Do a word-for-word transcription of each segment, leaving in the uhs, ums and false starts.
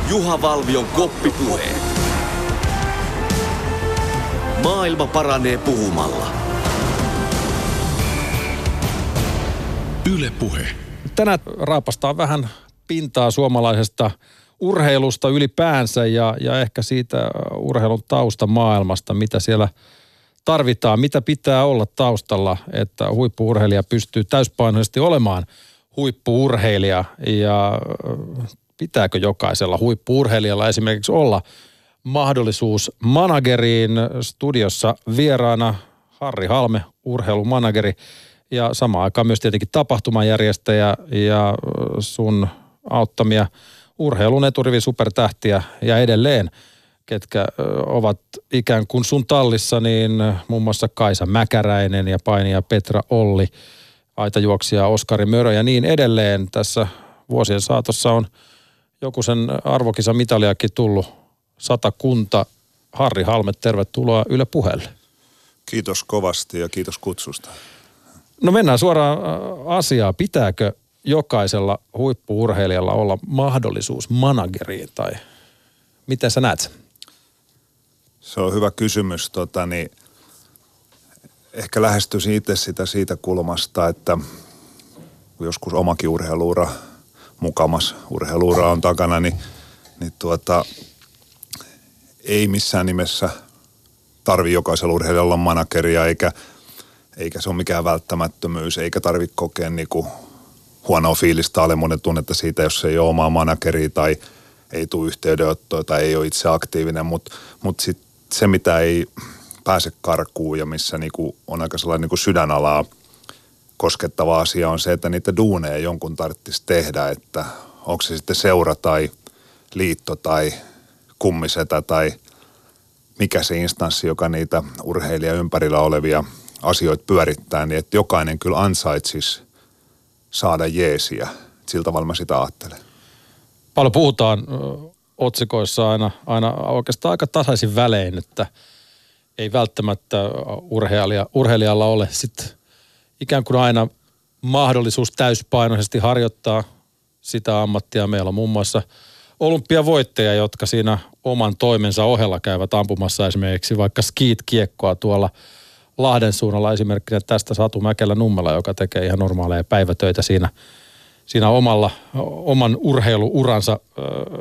Juha Valvion koppipuheet. Maailma paranee puhumalla. Yle Puhe. Tänään raapastaa vähän pintaa suomalaisesta urheilusta ylipäänsä ja, ja ehkä siitä urheilun taustamaailmasta, mitä siellä tarvitaan, mitä pitää olla taustalla, että huippu-urheilija pystyy täyspainoisesti olemaan huippu-urheilija ja pitääkö jokaisella huippu-urheilijalla esimerkiksi olla mahdollisuus manageriin. Studiossa vieraana Harri Halme, urheilumanageri ja samaan aikaan myös tietenkin tapahtumajärjestäjä ja sun auttamia urheilun eturivi supertähtiä ja edelleen, ketkä ovat ikään kuin sun tallissa, niin muun muassa Kaisa Mäkäräinen ja painija Petra Olli, aitajuoksija Oskari Mörö ja niin edelleen. Tässä vuosien saatossa on joku sen arvokisamitaliakin tullut satakunta. Harri Halme, tervetuloa Yle Puheelle. Kiitos kovasti ja kiitos kutsusta. No mennään suoraan asiaan. Pitääkö jokaisella huippu-urheilijalla olla mahdollisuus manageriin tai miten sä näet sen? Se on hyvä kysymys. Tota, niin ehkä lähestyisin itse sitä siitä kulmasta, että joskus omakin urheiluura, mukamas urheiluura on takana, niin, niin tuota, ei missään nimessä tarvi jokaisella urheilijalla olla manageria, eikä, eikä se ole mikään välttämättömyys, eikä tarvitse kokea niinku huonoa fiilistä, alemmuuden tunnetta siitä, jos ei ole omaa manageria tai ei tule yhteydenottoa tai ei ole itse aktiivinen, mutta mut sitten se, mitä ei pääse karkuun ja missä niinku on aika sellainen niinku sydänalaa koskettava asia on se, että niitä duuneja jonkun tarvitsisi tehdä, että onko se sitten seura tai liitto tai kummisetä tai mikä se instanssi, joka niitä urheilija ympärillä olevia asioita pyörittää, niin että jokainen kyllä ansaitsisi saada jeesiä. Sillä tavalla mä sitä ajattelen. Paljon puhutaan ö, otsikoissa aina, aina oikeastaan aika tasaisin välein, että ei välttämättä urheilija, urheilijalla ole sitten ikään kuin aina mahdollisuus täyspainoisesti harjoittaa sitä ammattia. Meillä on muun muassa olympiavoittajia, jotka siinä oman toimensa ohella käyvät ampumassa esimerkiksi vaikka skiit-kiekkoa tuolla Lahden suunnalla, esimerkkinä tästä Satu Mäkelä-Nummela, joka tekee ihan normaaleja päivätöitä siinä, siinä omalla, oman urheiluuransa ö,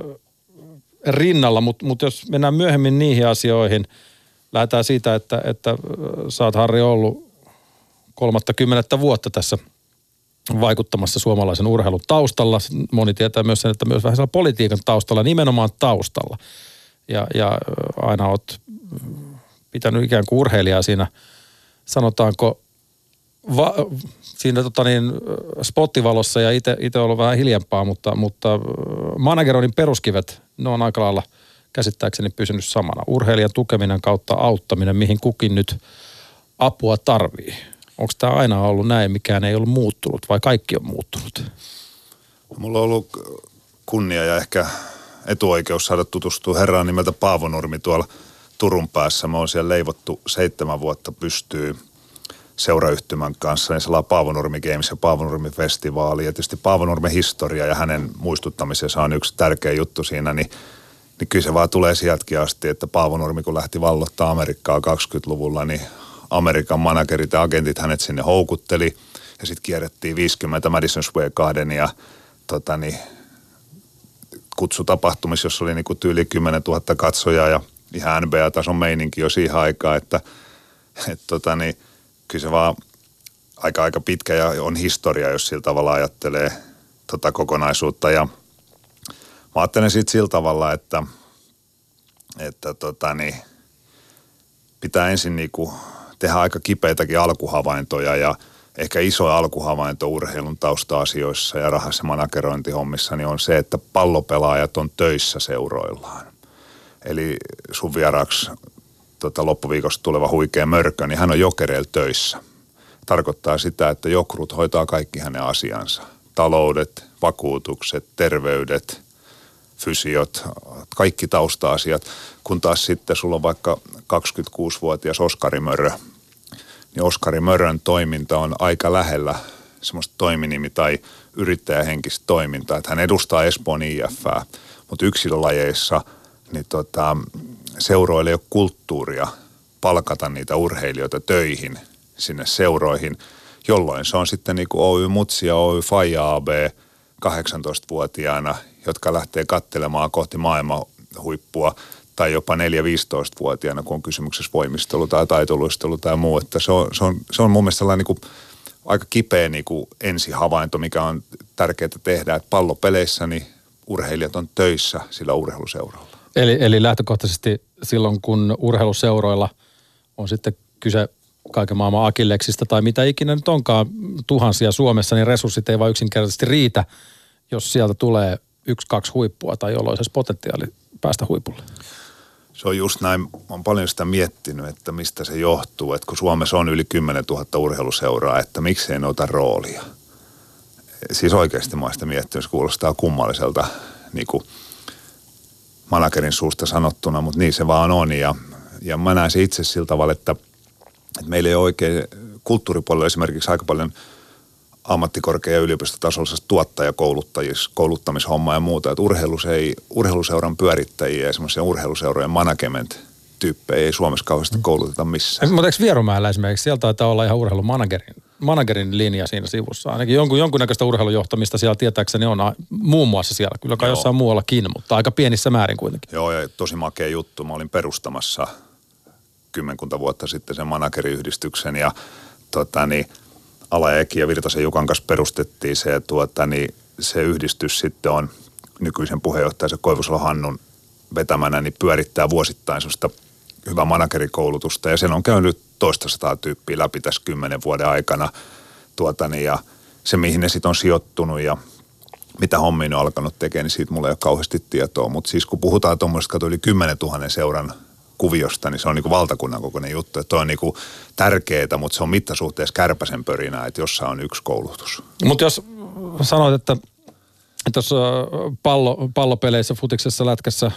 rinnalla. Mutta mut jos mennään myöhemmin niihin asioihin, lähdetään siitä, että, että sä oot, Harri, ollut kolmattakymmenettä vuotta tässä vaikuttamassa suomalaisen urheilun taustalla. Moni tietää myös sen, että myös vähän siellä politiikan taustalla, nimenomaan taustalla. Ja, ja aina oot pitänyt ikään kuin urheilijaa siinä, sanotaanko, va, siinä tota niin, spottivalossa ja itse ollut vähän hiljempaa, mutta, mutta manageroinnin peruskivet, ne on aika lailla käsittääkseni pysynyt samana. Urheilijan tukeminen kautta auttaminen, mihin kukin nyt apua tarvii. Onko tämä aina ollut näin, mikään ei ollut muuttunut vai kaikki on muuttunut? Mulla on ollut kunnia ja ehkä etuoikeus saada tutustua herraan nimeltä Paavo Nurmi tuolla Turun päässä. Mä oon siellä leivottu seitsemän vuotta pystyy seurayhtymän kanssa, niin sellainen Paavo Nurmi Games ja Paavo Nurmi festivaali. Ja tietysti Paavo Nurmen historia ja hänen muistuttamisensa on yksi tärkeä juttu siinä, niin, niin kyllä se vaan tulee sieltäkin asti, että Paavo Nurmi kun lähti vallottaa Amerikkaa kaksikymmentäluvulla, niin Amerikan managerit ja agentit hänet sinne houkutteli ja sitten kierrettiin viisikymmentä Madison Square Gardenia tota niin, kutsutapahtumissa, jossa oli niinku tyyli kymmenen tuhatta katsojaa ja ihan N B A-tason meininki jo siihen aikaan, että et tota niin, kyllä se vaan aika aika pitkä ja on historia, jos sillä tavalla ajattelee tota kokonaisuutta. Ja mä ajattelen sitten sillä tavalla, että, että tota niin, pitää ensin niinku tehdä aika kipeitäkin alkuhavaintoja ja ehkä iso alkuhavainto urheilun tausta-asioissa ja rahas- ja managerointihommissa niin on se, että pallopelaajat on töissä seuroillaan. Eli sun vieraaksi tota, loppuviikosta tuleva huikea Mörkö, niin hän on Jokereilla töissä. Tarkoittaa sitä, että Jokrut hoitaa kaikki hänen asiansa. Taloudet, vakuutukset, terveydet, fysiot, kaikki tausta-asiat. Kun taas sitten sulla on vaikka kaksikymmentäkuusivuotias Oskari Mörö, niin Oskari Mörön toiminta on aika lähellä semmoista toiminimi tai yrittäjähenkistä toimintaa. Että hän edustaa Espoon I F:ää, mutta yksilölajeissa niin tota, seuroille ei ole kulttuuria palkata niitä urheilijoita töihin sinne seuroihin, jolloin se on sitten niin kuin Oy Mutsi ja Oy Faija A B kahdeksantoistavuotiaana, jotka lähtee katselemaan kohti maailman huippua, tai jopa neljä-viisitoistavuotiaana, kun on kysymyksessä voimistelu tai taitoluistelu tai muu. Että se, on, se, on, se on mun mielestä sellainen niin kuin aika kipeä niin kuin ensihavainto, mikä on tärkeää tehdä, että pallopeleissä niin urheilijat on töissä sillä urheiluseuralla. Eli, eli lähtökohtaisesti silloin, kun urheiluseuroilla on sitten kyse kaiken maailman akilleksista tai mitä ikinä nyt onkaan tuhansia Suomessa, niin resurssit ei vaan yksinkertaisesti riitä, jos sieltä tulee yksi, kaksi huippua tai jolloin se potentiaali päästä huipulle. Se on just näin. Olen paljon sitä miettinyt, että mistä se johtuu, että kun Suomessa on yli kymmenen tuhatta urheiluseuraa, että miksei ne ota roolia. Siis oikeasti mä oon sitä miettinyt, se kuulostaa kummalliselta niin kuin managerin suusta sanottuna, mutta niin se vaan on. Ja, ja mä näen se itse sillä tavalla, että, että meillä ei ole oikein kulttuuripuolella esimerkiksi aika paljon ammattikorkea- ja yliopistotasollisesta tuottajakouluttajissa, kouluttamishommaa ja muuta. Että urheilus ei, urheiluseuran pyörittäjiä ja semmoisia urheiluseurojen management-tyyppejä ei Suomessa kauheasti kouluteta missään. Mutta eikö Vierumäellä esimerkiksi, sieltä taitaa olla ihan urheilumanagerin managerin linja siinä sivussa. Ainakin jonkun, jonkunnäköistä urheilujohtamista siellä tietääkseni on muun muassa siellä. Kyllä kai jossain muuallakin, mutta aika pienissä määrin kuitenkin. Joo, ja tosi makea juttu. Mä olin perustamassa kymmenkunta vuotta sitten sen manageriyhdistyksen ja tota niin, Ala-Eki ja Virtasen Jukan kanssa perustettiin se, tuota, niin se yhdistys sitten on nykyisen puheenjohtajan se Koivusalo Hannun vetämänä, niin pyörittää vuosittain sellaista hyvää managerikoulutusta ja sen on käynyt toista sataa tyyppiä läpi tässä kymmenen vuoden aikana tuota, niin, ja se mihin ne sitten on sijoittunut ja mitä hommia ne on alkanut tekemään, niin siitä mulla ei ole kauheasti tietoa, mutta siis kun puhutaan tuommoista, kato yli kymmenen tuhannen seuran kuviosta, niin se on niin kuin valtakunnan kokoinen juttu. Että toi on niin kuin tärkeää, mutta se on mittasuhteessa kärpäsen pörinää, että jossain on yksi koulutus. Mutta jos sanoit, että tuossa pallo, pallopeleissä, futiksessa, lätkässä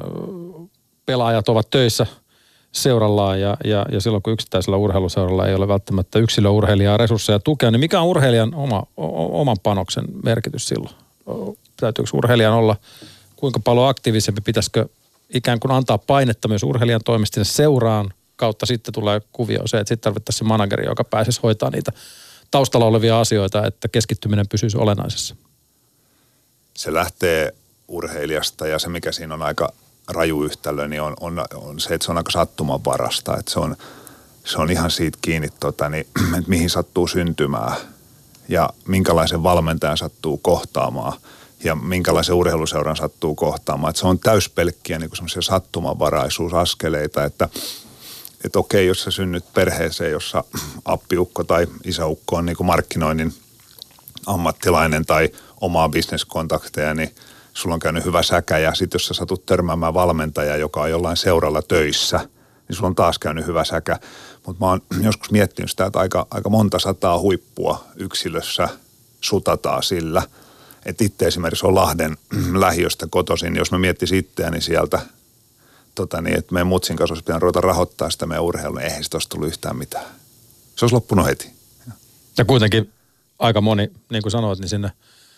pelaajat ovat töissä seurallaan ja, ja, ja silloin kun yksittäisellä urheiluseuralla ei ole välttämättä yksilöurheilijaa resursseja tukea, niin mikä on urheilijan oma, o, oman panoksen merkitys silloin? Täytyykö urheilijan olla kuinka paljon aktiivisempi, pitäisikö ikään kuin antaa painetta myös urheilijan toimesta sinne seuraan kautta sitten tulee kuvio se, että sitten tarvittaisiin se manageri, joka pääsisi hoitaa niitä taustalla olevia asioita, että keskittyminen pysyisi olennaisessa. Se lähtee urheilijasta ja se mikä siinä on aika raju yhtälö, niin on, on, on se, että se on aika sattumanvarasta, että se on, se on ihan siitä kiinni, tota, niin, että mihin sattuu syntymään ja minkälaisen valmentajan sattuu kohtaamaan ja minkälaisen urheiluseuran sattuu kohtaamaan. Että se on täyspelkkiä niin semmoisia sattumanvaraisuusaskeleita, että, että okei, jos sä synnyt perheeseen, jossa appiukko tai isäukko on niin kuin markkinoinnin ammattilainen tai omaa bisneskontakteja, niin sulla on käynyt hyvä säkä. Ja sitten jos sä satut törmäämään valmentaja, joka on jollain seuralla töissä, niin sulla on taas käynyt hyvä säkä. Mutta mä oon joskus miettinyt sitä, että aika, aika monta sataa huippua yksilössä sutataan sillä, että itse esimerkiksi on Lahden lähiöstä kotoisin, jos mä miettisin itseäni sieltä, tota niin, että meidän mutsin kanssa olisi pitänyt ruveta rahoittaa sitä meidän urheilua, niin eihän sitä olisi tullut yhtään mitään. Se olisi loppunut heti. Ja kuitenkin aika moni, niin kuin sanoit, niin sinne,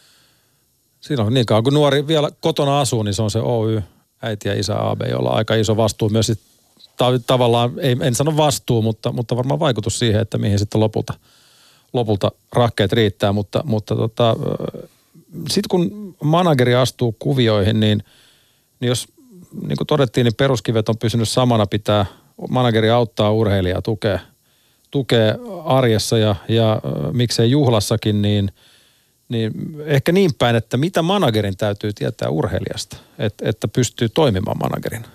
siinä on niin kauan kun nuori vielä kotona asuu, niin se on se Oy, äiti ja isä A B, jolla on aika iso vastuu myös sit, tavallaan, ei, en sano vastuu, mutta, mutta varmaan vaikutus siihen, että mihin sitten lopulta, lopulta rahkeet riittää, mutta, mutta tota, sitten kun manageri astuu kuvioihin, niin, niin jos niin kuin todettiin, niin peruskivet on pysynyt samana, pitää manageri auttaa urheilijaa, tukea, tukea arjessa ja, ja miksei juhlassakin, niin, niin ehkä niin päin, että mitä managerin täytyy tietää urheilijasta, että, että pystyy toimimaan managerina?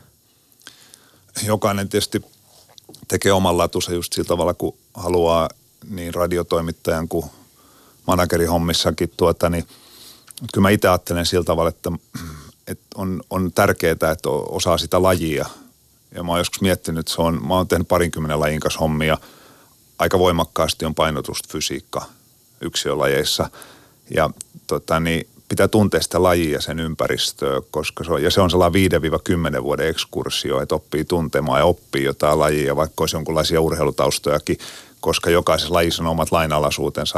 Jokainen tietysti tekee oman latunsa just sillä tavalla, kun haluaa niin radiotoimittajan kuin managerihommissakin tuota, niin kyllä mä itse ajattelen sillä tavalla, että, että on, on tärkeää, että osaa sitä lajia. Ja mä oon joskus miettinyt, että se on, mä oon tehnyt parinkymmenen lajin kanssa hommia. Aika voimakkaasti on painotusta fysiikka yksilölajeissa. Ja tota, niin pitää tuntea sitä lajia ja sen ympäristöä, koska se on, ja se on sellainen viiden kymmenen vuoden ekskursio, että oppii tuntemaan ja oppii jotain lajia, vaikka olisi jonkinlaisia urheilutaustojakin, koska jokaisessa lajissa on omat lainalaisuutensa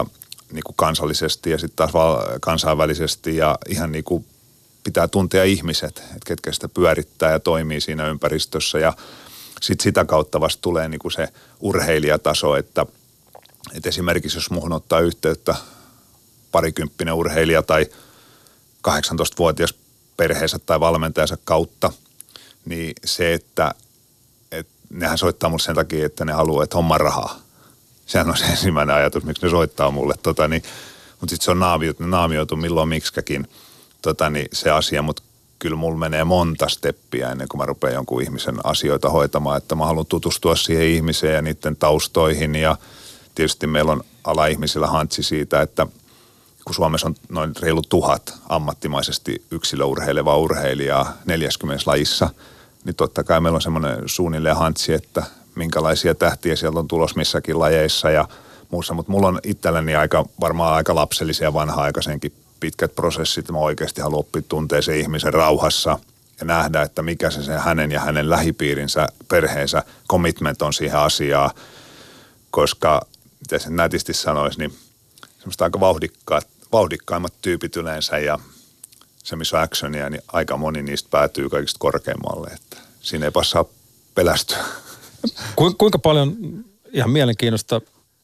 niin kuin kansallisesti ja sitten taas val- kansainvälisesti ja ihan niin kuin pitää tuntea ihmiset, että ketkä sitä pyörittää ja toimii siinä ympäristössä ja sitten sitä kautta vasta tulee niin kuin se urheilijataso, että, että esimerkiksi jos muuhun ottaa yhteyttä parikymppinen urheilija tai kahdeksantoistavuotias perheensä tai valmentajansa kautta, niin se, että, että nehän soittaa mulle sen takia, että ne haluaa, että homma rahaa. Sehän on se ensimmäinen ajatus, miksi ne soittaa mulle. Tota, niin, mutta sitten se on naamioitu, naamioitu milloin miksikäkin tota, niin se asia, mutta kyllä mulla menee monta steppiä ennen kuin mä rupean jonkun ihmisen asioita hoitamaan, että mä haluan tutustua siihen ihmiseen ja niiden taustoihin ja tietysti meillä on ala-ihmisillä hantsi siitä, että kun Suomessa on noin reilu tuhat ammattimaisesti yksilöurheilevaa urheilijaa neljäkymmentä lajissa, niin totta kai meillä on semmoinen suunnilleen hantsi, että minkälaisia tähtiä sieltä on tulos missäkin lajeissa ja muussa, mutta mulla on itselläni aika, varmaan aika lapsellisia vanha-aikaisenkin pitkät prosessit. Mä oikeasti haluan oppia tuntea sen ihmisen rauhassa ja nähdä, että mikä se, se hänen ja hänen lähipiirinsä, perheensä commitment on siihen asiaan, koska, miten sen nätisti sanoisi, niin semmoista aika vauhdikkaat, vauhdikkaimmat tyypit yleensä ja se, missä on actionia, niin aika moni niistä päätyy kaikista korkeimmalle, että siinä ei passaa pelästyä. Kuinka paljon, ihan mielenkiinnosta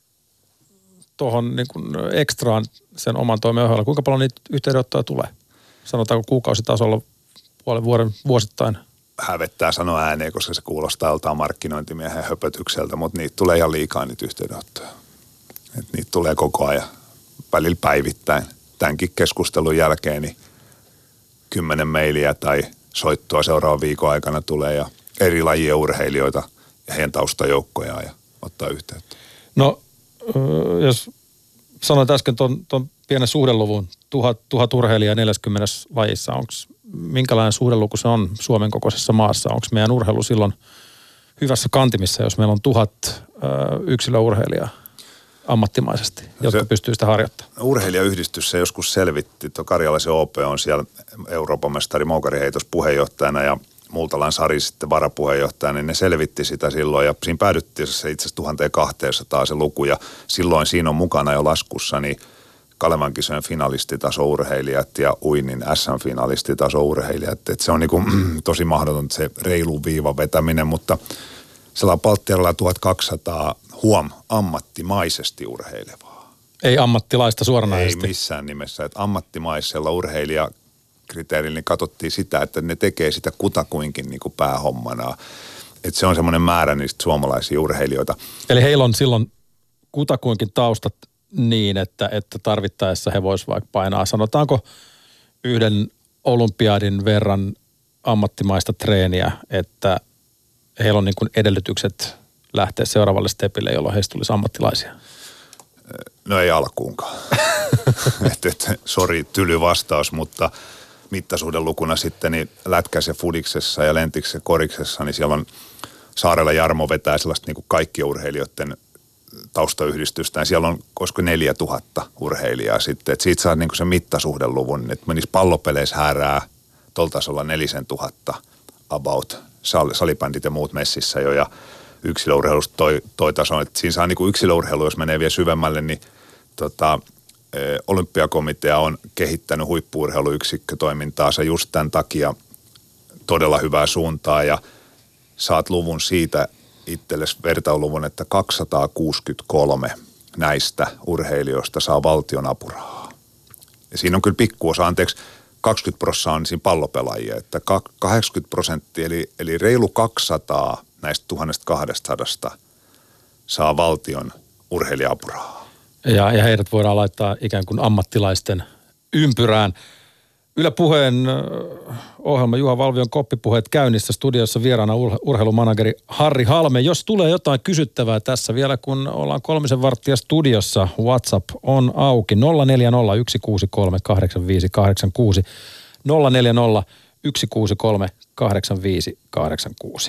tuohon niin kuin ekstraan sen oman toimen ohella, kuinka paljon niitä yhteydenottoja tulee? Sanotaanko kuukausitasolla puolen vuoden vuosittain? Hävettää sanoa ääneen, koska se kuulostaa joltain markkinointimiehen höpötykseltä, mutta niitä tulee ihan liikaa niitä yhteydenottoja. Et niitä tulee koko ajan, välillä päivittäin. Tämänkin keskustelun jälkeen niin kymmenen mailia tai soittoa seuraavan viikon aikana tulee ja eri lajien urheilijoita ja heidän taustajoukkojaan ja ottaa yhteyttä. No, jos sanoit äsken ton, ton pienen suhdeluvun, tuhat, tuhat urheilijaa neljäkymmentä lajissa, onko minkälainen suhdeluku se on Suomen kokoisessa maassa? Onko meidän urheilu silloin hyvässä kantimissa, jos meillä on tuhat ö, yksilöurheilijaa ammattimaisesti, jotka se, pystyy sitä harjoittamaan? Urheilijayhdistys se joskus selvitti, tuo Karjalaisen O P on siellä Euroopan mestari Moukariheitos puheenjohtajana ja Multalan Sari sitten varapuheenjohtajana, niin ne selvitti sitä silloin ja siinä päädyttiin se itse asiassa tuhatkaksisataa se luku ja silloin siinä on mukana jo laskussa niin Kalevan kisojen finalistitaso-urheilijat ja uinnin S M-finalistitaso-urheilijat, että se on niin kuin, tosi mahdoton se reilu viivan vetäminen, mutta sellainen Palttiaralla tuhatkaksisataa huom ammattimaisesti urheilevaa. Ei ammattilaista suoranaisesti. Ei missään nimessä, että ammattimaisella urheilija kriteerillä niin katsottiin sitä, että ne tekee sitä kutakuinkin niin kuin päähommana. Että se on semmoinen määrä niistä suomalaisia urheilijoita. Eli heillä on silloin kutakuinkin taustat niin, että, että tarvittaessa he voisivat vaikka painaa, sanotaanko yhden olympiadin verran ammattimaista treeniä, että heillä on niin kuin edellytykset lähteä seuraavalle stepille, jolloin heistä tulisi ammattilaisia. No ei alkuunkaan. että, että, sori, tyly vastaus, mutta mittasuhdelukuna sitten niin lätkässä, fudiksessa ja lentiksessä, koriksessa, niin siellä on Saarella Jarmo vetää sellaista niin kuin kaikkien urheilijoiden taustayhdistystä. Ja siellä on koska neljä tuhatta urheilijaa sitten. Että siitä saa niin kuin se mittasuhdeluvun, että menisi pallopeleissä häärää tuolla tasolla nelisen tuhatta about sal, salibändit ja muut messissä jo. Ja yksilöurheilusta toi, toi taso. Että siinä saa niin kuin yksilöurheilu, jos menee vielä syvemmälle, niin tota, Olympiakomitea on kehittänyt huippu-urheiluyksikkötoimintaansa just tämän takia todella hyvää suuntaa ja saat luvun siitä itsellesi vertailuvun, että kaksisataakuusikymmentäkolme näistä urheilijoista saa valtion apurahaa. Ja siinä on kyllä pikkuosa, anteeksi, kaksikymmentä prosenttia on siinä pallopelaajia, että kahdeksankymmentä prosenttia eli, eli reilu kaksisataa näistä tuhatkaksisataa saa valtion urheilija-apurahaa. Ja, ja heidät voidaan laittaa ikään kuin ammattilaisten ympyrään. Yle Puheen ohjelma Juha Valvion koppipuheet käynnissä, studiossa vieraana urheilumanageri Harri Halme. Jos tulee jotain kysyttävää tässä vielä, kun ollaan kolmisen varttia studiossa, WhatsApp on auki nolla neljä nolla yksi kuusi kolme kahdeksan viisi kahdeksan kuusi nolla neljä nolla yksi kuusi kolme kahdeksan viisi kahdeksan kuusi.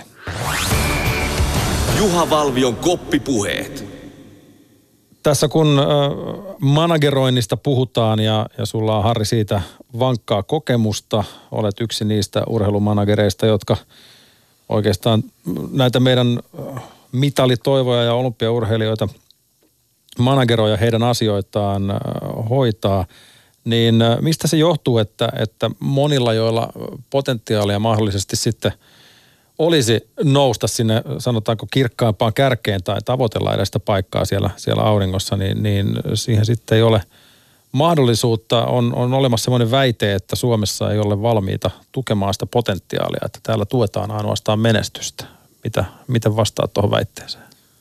Juha Valvion koppipuheet. Tässä kun äh, manageroinnista puhutaan ja, ja sulla on, Harri, siitä vankkaa kokemusta, olet yksi niistä urheilumanagereista, jotka oikeastaan näitä meidän mitalitoivoja ja olympiaurheilijoita manageroja heidän asioitaan äh, hoitaa, niin äh, mistä se johtuu, että, että monilla, joilla potentiaalia mahdollisesti sitten olisi nousta sinne, sanotaanko kirkkaampaan kärkeen tai tavoitella edes sitä paikkaa siellä, siellä auringossa, niin, niin siihen sitten ei ole mahdollisuutta. On, on olemassa sellainen väite, että Suomessa ei ole valmiita tukemaan sitä potentiaalia, että täällä tuetaan ainoastaan menestystä. Mitä, miten vastaat tuohon väitteeseen?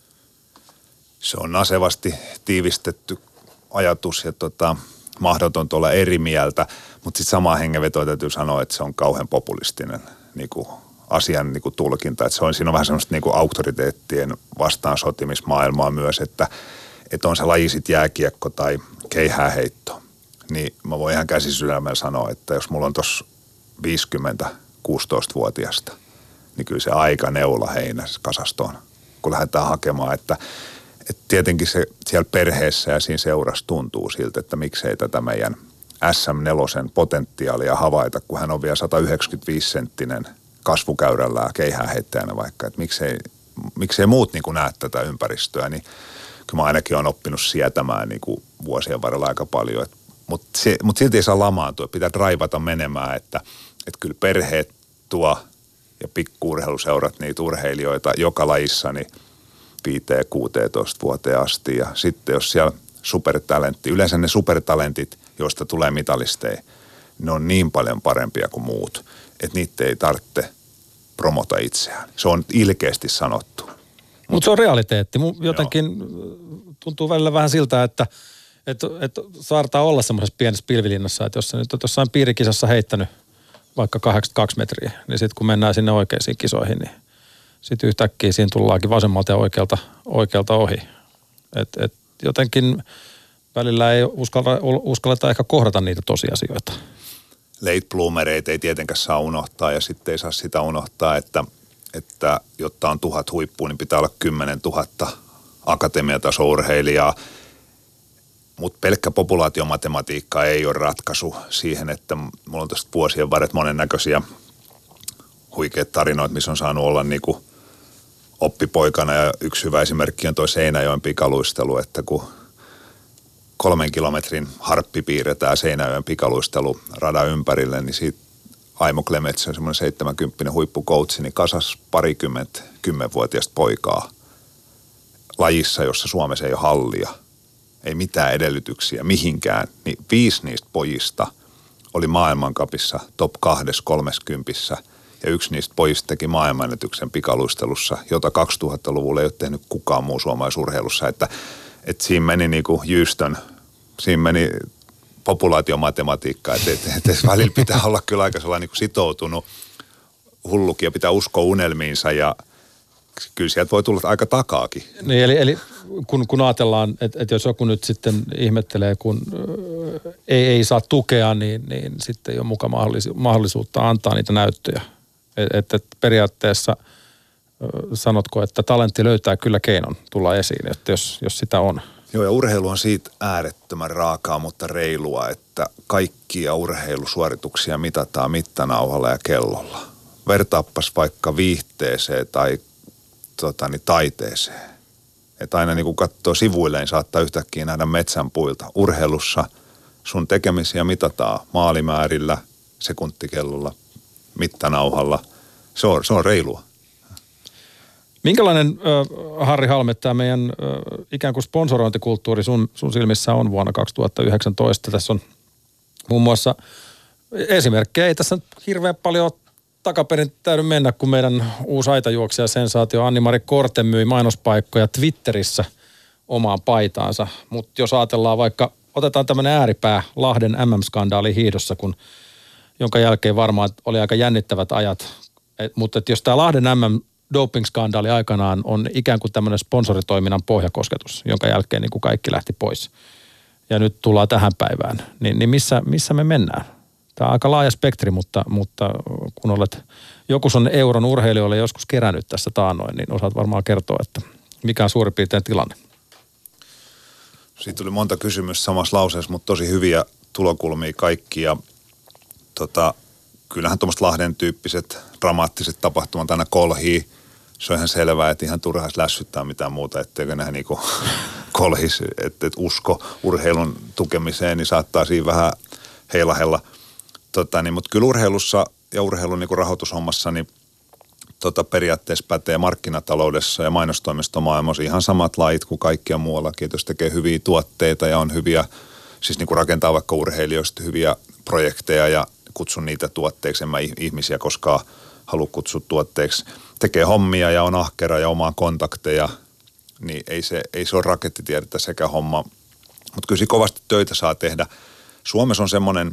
Se on nasevasti tiivistetty ajatus ja tota, mahdotonta olla eri mieltä, mutta sitten samaan hengenvetoon täytyy sanoa, että se on kauhean populistinen niin kuin asian niin kuin tulkinta. Että se on, siinä on vähän semmoista niin kuin auktoriteettien vastaansotimismaailmaa myös, että, että on se laji sit jääkiekko tai keihääheitto. Niin mä voin ihan käsisydämellä sanoa, että jos mulla on tuossa viisikymmentä kuusitoista-vuotiaasta, niin kyllä se aika neula heinäs kasastoon, kun lähdetään hakemaan, että et tietenkin se siellä perheessä ja siinä seurassa tuntuu siltä, että miksei tätä meidän S M neljä potentiaalia havaita, kun hän on vielä sata yhdeksänkymmentäviisi senttinen kasvukäyrällään keihääheittäjänä vaikka, että miksei, miksei muut niin kuin näe tätä ympäristöä, niin kyllä mä ainakin olen oppinut sietämään niin kuin vuosien varrella aika paljon, mutta mut silti ei saa lamaantua, pitää draivata menemään, että et kyllä perheet tuo ja pikku-urheiluseurat niitä urheilijoita joka lajissa, niin viiteen kuuteentoista vuoteen asti. Ja sitten jos siellä supertalentti, yleensä ne supertalentit, joista tulee mitalisteja, ne on niin paljon parempia kuin muut, että niitä ei tarvitse promota itseään. Se on ilkeästi sanottu. Mutta Mut se on realiteetti. Mun jotenkin joo. Tuntuu välillä vähän siltä, että, että, että saattaa olla semmoisessa pienessä pilvilinnassa, että jos sä nyt oot jossain piirikisassa heittänyt vaikka kahdeksankymmentäkaksi metriä, niin sitten kun mennään sinne oikeisiin kisoihin, niin sitten yhtäkkiä siinä tullaankin vasemmalta ja oikealta, oikealta ohi. Et, et jotenkin välillä ei uskalla, uskalleta ehkä kohdata niitä tosiasioita. Late bloomereita ei tietenkään saa unohtaa ja sitten ei saa sitä unohtaa, että, että jotta on tuhat huippua, niin pitää olla kymmenen tuhatta akatemiataso-urheilijaa. Mutta pelkkä populaatiomatematiikka ei ole ratkaisu siihen, että mulla on tästä vuosien varret monennäköisiä huikeat tarinoita, missä on saanut olla niinku oppipoikana. Ja yksi hyvä esimerkki on toi Seinäjoen pikaluistelu, että kun kolmen kilometrin harppi piirretään Seinäjoen pikaluistelu radan ympärille, niin siitä Aimo Klemets on semmoinen seitsemänkymppinen huippukoutsi, niin kasas parikymmentä kymmenvuotiaista poikaa lajissa, jossa Suomessa ei ole hallia. Ei mitään edellytyksiä mihinkään, niin viisi niistä pojista oli maailmankapissa top kahdessa kolmekymmentä ja yksi niistä pojista teki maailmanennätyksen pikaluistelussa, jota kaksituhattaluvulla ei ole tehnyt kukaan muu suomalaisurheilussa, että, että siinä meni niin kuin Houston, siinä meni populaatiomatematiikka, että, että, että välillä pitää olla kyllä aika sellainen niin kuin sitoutunut hullukin ja pitää uskoa unelmiinsa ja kyllä sieltä voi tulla aika takaakin. Niin, eli, eli kun, kun ajatellaan, että, että jos joku nyt sitten ihmettelee, kun äh, ei, ei saa tukea, niin, niin sitten ei ole mukaan mahdollisu, mahdollisuutta antaa niitä näyttöjä. Että et periaatteessa äh, sanotko, että talentti löytää kyllä keinon tulla esiin, että jos, jos sitä on. Joo, ja urheilu on siitä äärettömän raakaa, mutta reilua, että kaikkia urheilusuorituksia mitataan mittanauhalla ja kellolla. Vertaappas vaikka viihteeseen tai tota, niin taiteeseen. Että aina niin kun katsoo sivuille, niin saattaa yhtäkkiä nähdä metsän puilta. Urheilussa sun tekemisiä mitataan maalimäärillä, sekuntikellolla, mittanauhalla. Se on, se on reilua. Minkälainen, äh, Harri Halme, tämä meidän äh, ikään kuin sponsorointikulttuuri sun, sun silmissä on vuonna kaksituhattayhdeksäntoista? Tässä on muun muassa esimerkkejä. Ei tässä hirveän paljon takaperin täydy mennä, kun meidän uusi aitajuoksija sensaatio Anni-Mari Korte myi mainospaikkoja Twitterissä omaan paitaansa. Mutta jos ajatellaan vaikka, otetaan tämmöinen ääripää Lahden M M-skandaali hiihdossa, kun, jonka jälkeen varmaan oli aika jännittävät ajat. Et, mutta et jos tämä Lahden M M-doping-skandaali aikanaan on ikään kuin tämmöinen sponsoritoiminnan pohjakosketus, jonka jälkeen niin kuin kaikki lähti pois. Ja nyt tullaan tähän päivään, niin, niin missä, missä me mennään? Tämä on aika laaja spektri, mutta, mutta kun olet joku on euron urheilijoille joskus kerännyt tässä taannoin, niin osaat varmaan kertoa, että mikä on suurin piirtein tilanne. Siitä tuli monta kysymystä samassa lauseessa, mutta tosi hyviä tulokulmia kaikki. Ja tota, kyllähän tuommoiset Lahden tyyppiset dramaattiset tapahtumat aina kolhii. Se on ihan selvää, että ihan turhaisi lässyttää mitään muuta, etteikö nämä niinku kolhis, että et usko urheilun tukemiseen, niin saattaa siinä vähän heilahella. Tota, niin, mutta kyllä urheilussa ja urheilun niin kuin rahoitushommassa, niin tota, periaatteessa pätee markkinataloudessa ja mainostoimistomaailmassa ihan samat lait kuin kaikkia muuallakin. Että jos tekee hyviä tuotteita ja on hyviä, siis niin kuin rakentaa vaikka urheilijoista hyviä projekteja ja kutsun niitä tuotteeksi, en mä ihmisiä koskaan halua kutsua tuotteeksi, tekee hommia ja on ahkera ja omaa kontakteja, niin ei se, ei se ole rakettitiedettä sekä homma. Mutta kyllä kovasti töitä saa tehdä. Suomessa on semmoinen,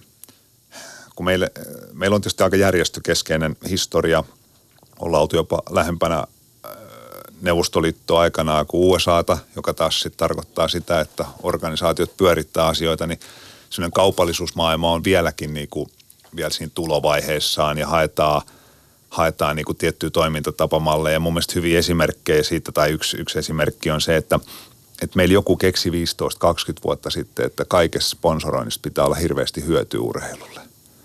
kun meille, meillä on tietysti aika järjestökeskeinen historia, ollaan oltu jopa lähempänä Neuvostoliittoa aikanaan kuin U S A:ta, joka taas sitten tarkoittaa sitä, että organisaatiot pyörittää asioita, niin sellainen kaupallisuusmaailma on vieläkin niin kuin, vielä siinä tulovaiheessaan ja haetaan, haetaan niin kuin tiettyjä toimintatapamalleja. Ja mun mielestä hyviä esimerkkejä siitä, tai yksi, yksi esimerkki on se, että, että meillä joku keksi viisitoista kaksikymmentä vuotta sitten, että kaikessa sponsoroinnissa pitää olla hirveästi hyötyä urheilulle.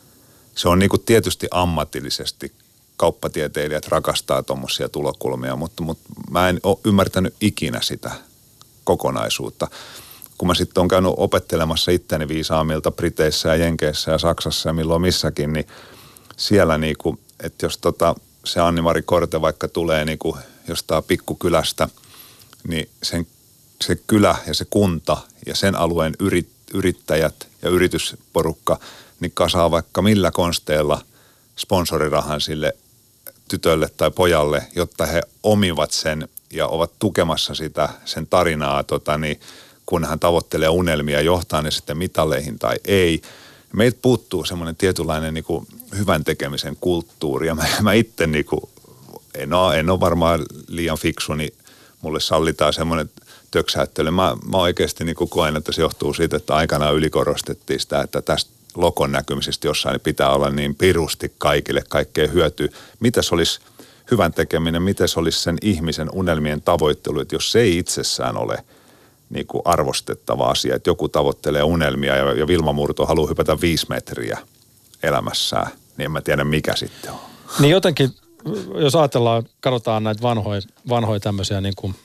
Se on niin kuin tietysti ammatillisesti, kauppatieteilijät rakastaa tuommoisia tulokulmia, mutta, mutta mä en ole ymmärtänyt ikinä sitä kokonaisuutta. Kun mä sitten olen käynyt opettelemassa itteni viisaamilta Briteissä ja Jenkeissä ja Saksassa ja milloin missäkin, niin siellä niinku, että jos tota, se Anni-Mari Korte vaikka tulee niinku jostain pikkukylästä, niin sen, se kylä ja se kunta ja sen alueen yrit, yrittäjät ja yritysporukka, niin kasaa vaikka millä konsteilla sponsorirahan sille tytölle tai pojalle, jotta he omivat sen ja ovat tukemassa sitä, sen tarinaa, tota, niin, kun hän tavoittelee unelmia, johtaa ne sitten mitalleihin tai ei. Meiltä puuttuu semmoinen tietynlainen niin kuin hyvän tekemisen kulttuuri. Ja mä, mä itse niin kuin, en, ole, en ole varmaan liian fiksu, niin mulle sallitaan semmoinen töksäyttely. Mä, mä oikeasti niin kuin koen, että se johtuu siitä, että aikanaan ylikorostettiin sitä, että tästä lokon näkymisestä jossain niin pitää olla niin pirusti kaikille, kaikkea hyötyä. Mitäs olisi hyvän tekeminen, mitäs olisi sen ihmisen unelmien tavoittelu, että jos se ei itsessään ole niin kuin arvostettava asia, että joku tavoittelee unelmia ja, ja Vilma Murto haluaa hypätä viisi metriä elämässään, niin en mä tiedä mikä sitten on. Niin jotenkin, jos ajatellaan, katsotaan näitä vanhoja, vanhoja tämmöisiä niin kuin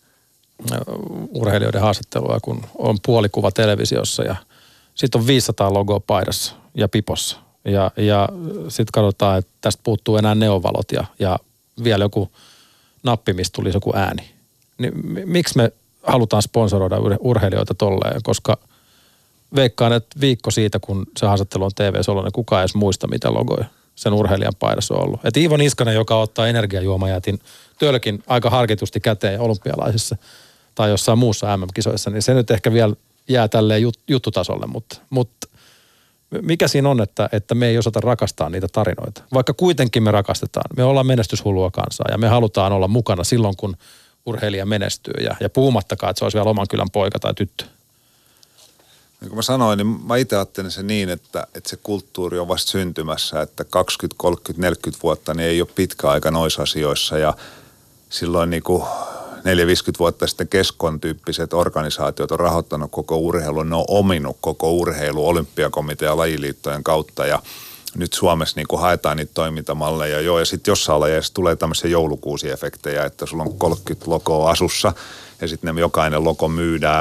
urheilijoiden haastatteluja, kun on puolikuva televisiossa ja sitten on viisisataa logoa paidassa ja pipossa. Ja, ja sitten katsotaan, että tästä puuttuu enää neovalot ja, ja vielä joku nappi, mistä tulisi joku ääni. Niin miksi me halutaan sponsoroida urheilijoita tolleen, koska veikkaan, että viikko siitä, kun se haastattelu on T V:ssä ollut, niin kukaan ei edes muista, mitä logoja sen urheilijan paidassa on ollut. Että Iivo Niskanen, joka ottaa energiajuomajätin tölkin aika harkitusti käteen olympialaisissa tai jossain muussa M M-kisoissa, niin se nyt ehkä vielä jää tälleen jut, juttutasolle, mutta, mutta mikä siinä on, että, että me ei osata rakastaa niitä tarinoita. Vaikka kuitenkin me rakastetaan. Me ollaan menestyshullua kansaa ja me halutaan olla mukana silloin, kun urheilija menestyy ja, ja puhumattakaan, että se olisi vielä oman kylän poika tai tyttö. Niin kuin mä sanoin, niin mä itse ajattelen se niin, että, että se kulttuuri on vasta syntymässä, että kaksikymmentä, kolmekymmentä, neljäkymmentä vuotta niin ei ole pitkä aika noissa asioissa ja silloin niin kuin neljäkymmentä viisikymmentä vuotta sitten Keskon tyyppiset organisaatiot on rahoittanut koko urheilun, ne on ominut koko urheilu olympiakomitea ja lajiliittojen kautta ja nyt Suomessa niin kuin haetaan niitä toimintamalleja joo ja sitten jossain lajeissa tulee tämmöisiä joulukuusiefektejä, että sulla on kolmekymmentä logoa asussa ja sitten ne jokainen logo myydään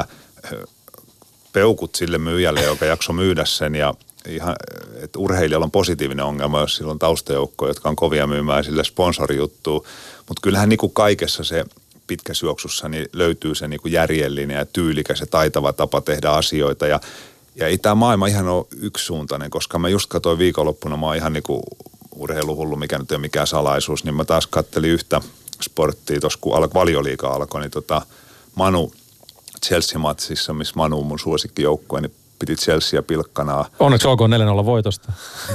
peukut sille myyjälle, joka jakso myydä sen ja ihan, että urheilijalla on positiivinen ongelma, jos sillä on taustajoukkoja, jotka on kovia myymään sille sponsorijuttuun, mutta kyllähän niin kuin kaikessa se pitkässä juoksussa niin löytyy se niin kuin järjellinen ja tyylikäs ja taitava tapa tehdä asioita. Ja, ja ei tämä maailma ihan ole yksisuuntainen, koska mä just katsoin viikonloppuna, mä oon ihan niin kuin urheiluhullu, mikä nyt ei ole mikään salaisuus, niin mä taas kattelin yhtä sporttia tuossa, kun al- Valioliiga alkoi, niin tota Manu Chelsea-matsissa, missä Manu mun suosikkijoukkue, niin piti Chelsea pilkkanaa. Onneksi olkoon neljä nolla voitosta.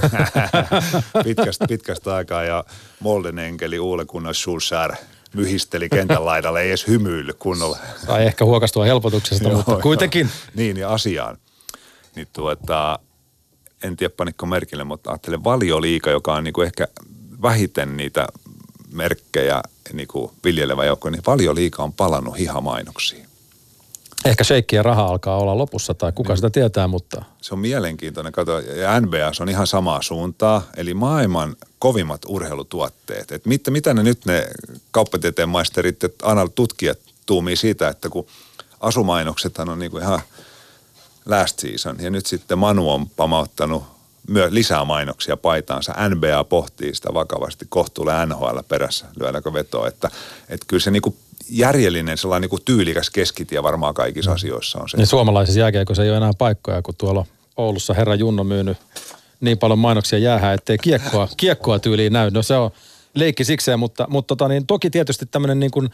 pitkästä, pitkästä aikaa ja Molden enkeli Ole Gunnar Solskjaer myhisteli kentän laidalle, ei edes hymyillyt kunnolla. Tai ehkä huokastua helpotuksesta, joo, mutta kuitenkin. Joo. Niin, ja asiaan. Niin tuota, en tiedä panikko merkille, mutta ajattelen Valioliiga, joka on niinku ehkä vähiten niitä merkkejä niinku viljelevä joukko, niin Valioliiga on palannut hihamainoksiin. Ehkä sheikki ja raha alkaa olla lopussa, tai kuka niin, sitä tietää, mutta se on mielenkiintoinen. Kato, ja N B A on ihan samaa suuntaa, eli maailman kovimmat urheilutuotteet. Et mitä, mitä ne nyt ne kauppatieteen maisterit, tutkijat tuumii siitä, että kun asumainoksethan on niin kuin ihan last season. Ja nyt sitten Manu on pamauttanut myös lisää mainoksia paitaansa. N B A pohtii sitä vakavasti. Kohta tulee N H L perässä, lyödäänkö vetoa. Että, että kyllä se niin kuin järjellinen, sellainen niin kuin tyylikäs keskitie varmaan kaikissa asioissa on se. Ja suomalaisissa jääkiekossa ei ole enää paikkoja, kun tuolla Oulussa herra Junno myynyt niin paljon mainoksia jäähän, ettei kiekkoa, kiekkoa tyyliin näy. No se on leikki sikseen, mutta, mutta tota, niin toki tietysti tämmöinen niin kuin,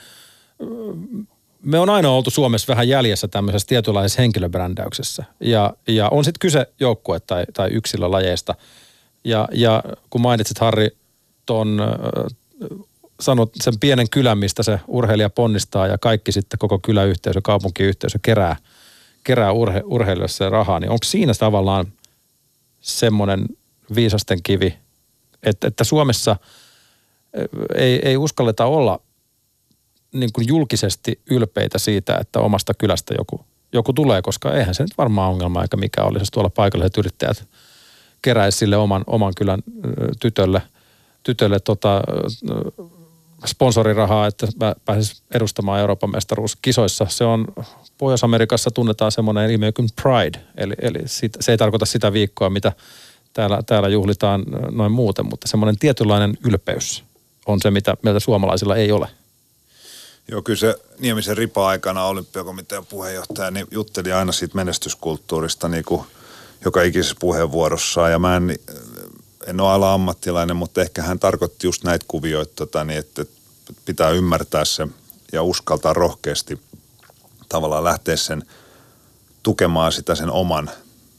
me on aina oltu Suomessa vähän jäljessä tämmöisessä tietynlaisessa henkilöbrändäyksessä. Ja, ja on sitten kyse joukkue- tai, tai yksilölajeista. Ja, ja kun mainitsit, Harri, ton, äh, sanot sen pienen kylän, mistä se urheilija ponnistaa ja kaikki sitten koko kyläyhteisö, kaupunkiyhteisö kerää, kerää urhe, urheilijoille rahaa, niin onko siinä tavallaan semmoinen viisasten kivi, että, että Suomessa ei, ei uskalleta olla niin kuin julkisesti ylpeitä siitä, että omasta kylästä joku, joku tulee, koska eihän se nyt varmaan ongelma eikä mikä olisi, jos tuolla paikalliset yrittäjät keräisi sille oman, oman kylän tytölle, tytölle tota, sponsorirahaa, että pääsisi edustamaan Euroopan mestaruuskisoissa. Se on, Pohjois-Amerikassa tunnetaan semmoinen ilmiö kuin Pride, eli, eli sit, se ei tarkoita sitä viikkoa, mitä täällä, täällä juhlitaan noin muuten, mutta semmoinen tietynlainen ylpeys on se, mitä meiltä suomalaisilla ei ole. Joo, kyllä se Niemisen Ripa-aikana olympiakomitean puheenjohtaja niin jutteli aina siitä menestyskulttuurista niin kuin joka ikisessä puheenvuorossaan. Ja mä en, en ole ala ammattilainen, mutta ehkä hän tarkoitti just näitä kuvioita, tota, niin että pitää ymmärtää se ja uskaltaa rohkeasti tavallaan lähteä sen tukemaan sitä sen oman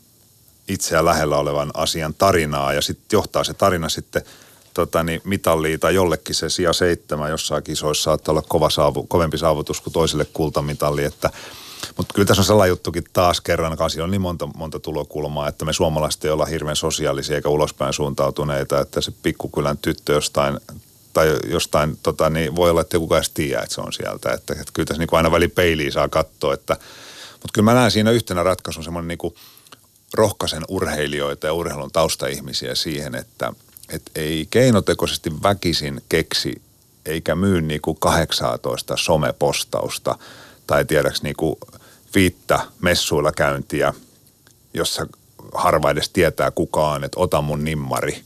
itseä lähellä olevan asian tarinaa ja sitten johtaa se tarina sitten Tota, niin mitalliin tai jollekin se sija seitsemän jossain kisoissa saattaa olla kova saavu, kovempi saavutus kuin toiselle kultamitalli. Että, mutta kyllä tässä on sellainen juttukin taas kerran, kanssa on niin monta, monta tulokulmaa, että me suomalaiset ei olla hirveän sosiaalisia eikä ulospäin suuntautuneita, että se pikkukylän tyttö jostain, tai jostain, tota, niin voi olla, että joku edes tiedä, että se on sieltä. Että, että kyllä tässä niin kuin aina väli peiliin saa katsoa, että, mutta kyllä mä näen siinä yhtenä ratkaisun semmoinen niin kuin rohkaisen urheilijoita ja urheilun taustaihmisiä siihen, että että ei keinotekoisesti väkisin keksi eikä myy niinku kahdeksantoista somepostausta tai tiedäks niinku viittä messuilla käyntiä, jossa harva edes tietää kukaan, että ota mun nimmari.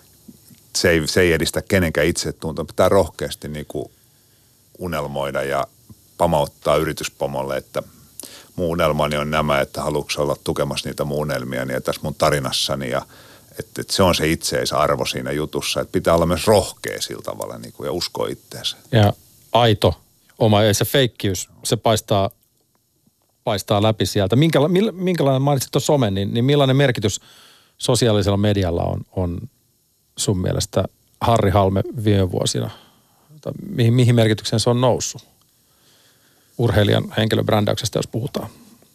Se ei, se ei edistä kenenkään itsetuntoa. Pitää rohkeasti niinku unelmoida ja pamauttaa yrityspomolle, että mun unelmani on nämä, että haluatko olla tukemassa niitä mun unelmia niin tässä mun tarinassani ja Että et se on se itseisarvo siinä jutussa, että pitää olla myös rohkea sillä tavalla niin kuin, ja uskoa itseensä. Ja aito, oma, ja se feikkiys, se paistaa, paistaa läpi sieltä. Minkäla, minkälainen, mainitsit tuon somen, niin, niin millainen merkitys sosiaalisella medialla on, on sun mielestä Harri Halme viime vuosina? Tai mihin, mihin merkitykseen se on noussut? Urheilijan henkilöbrändäyksestä, jos puhutaan.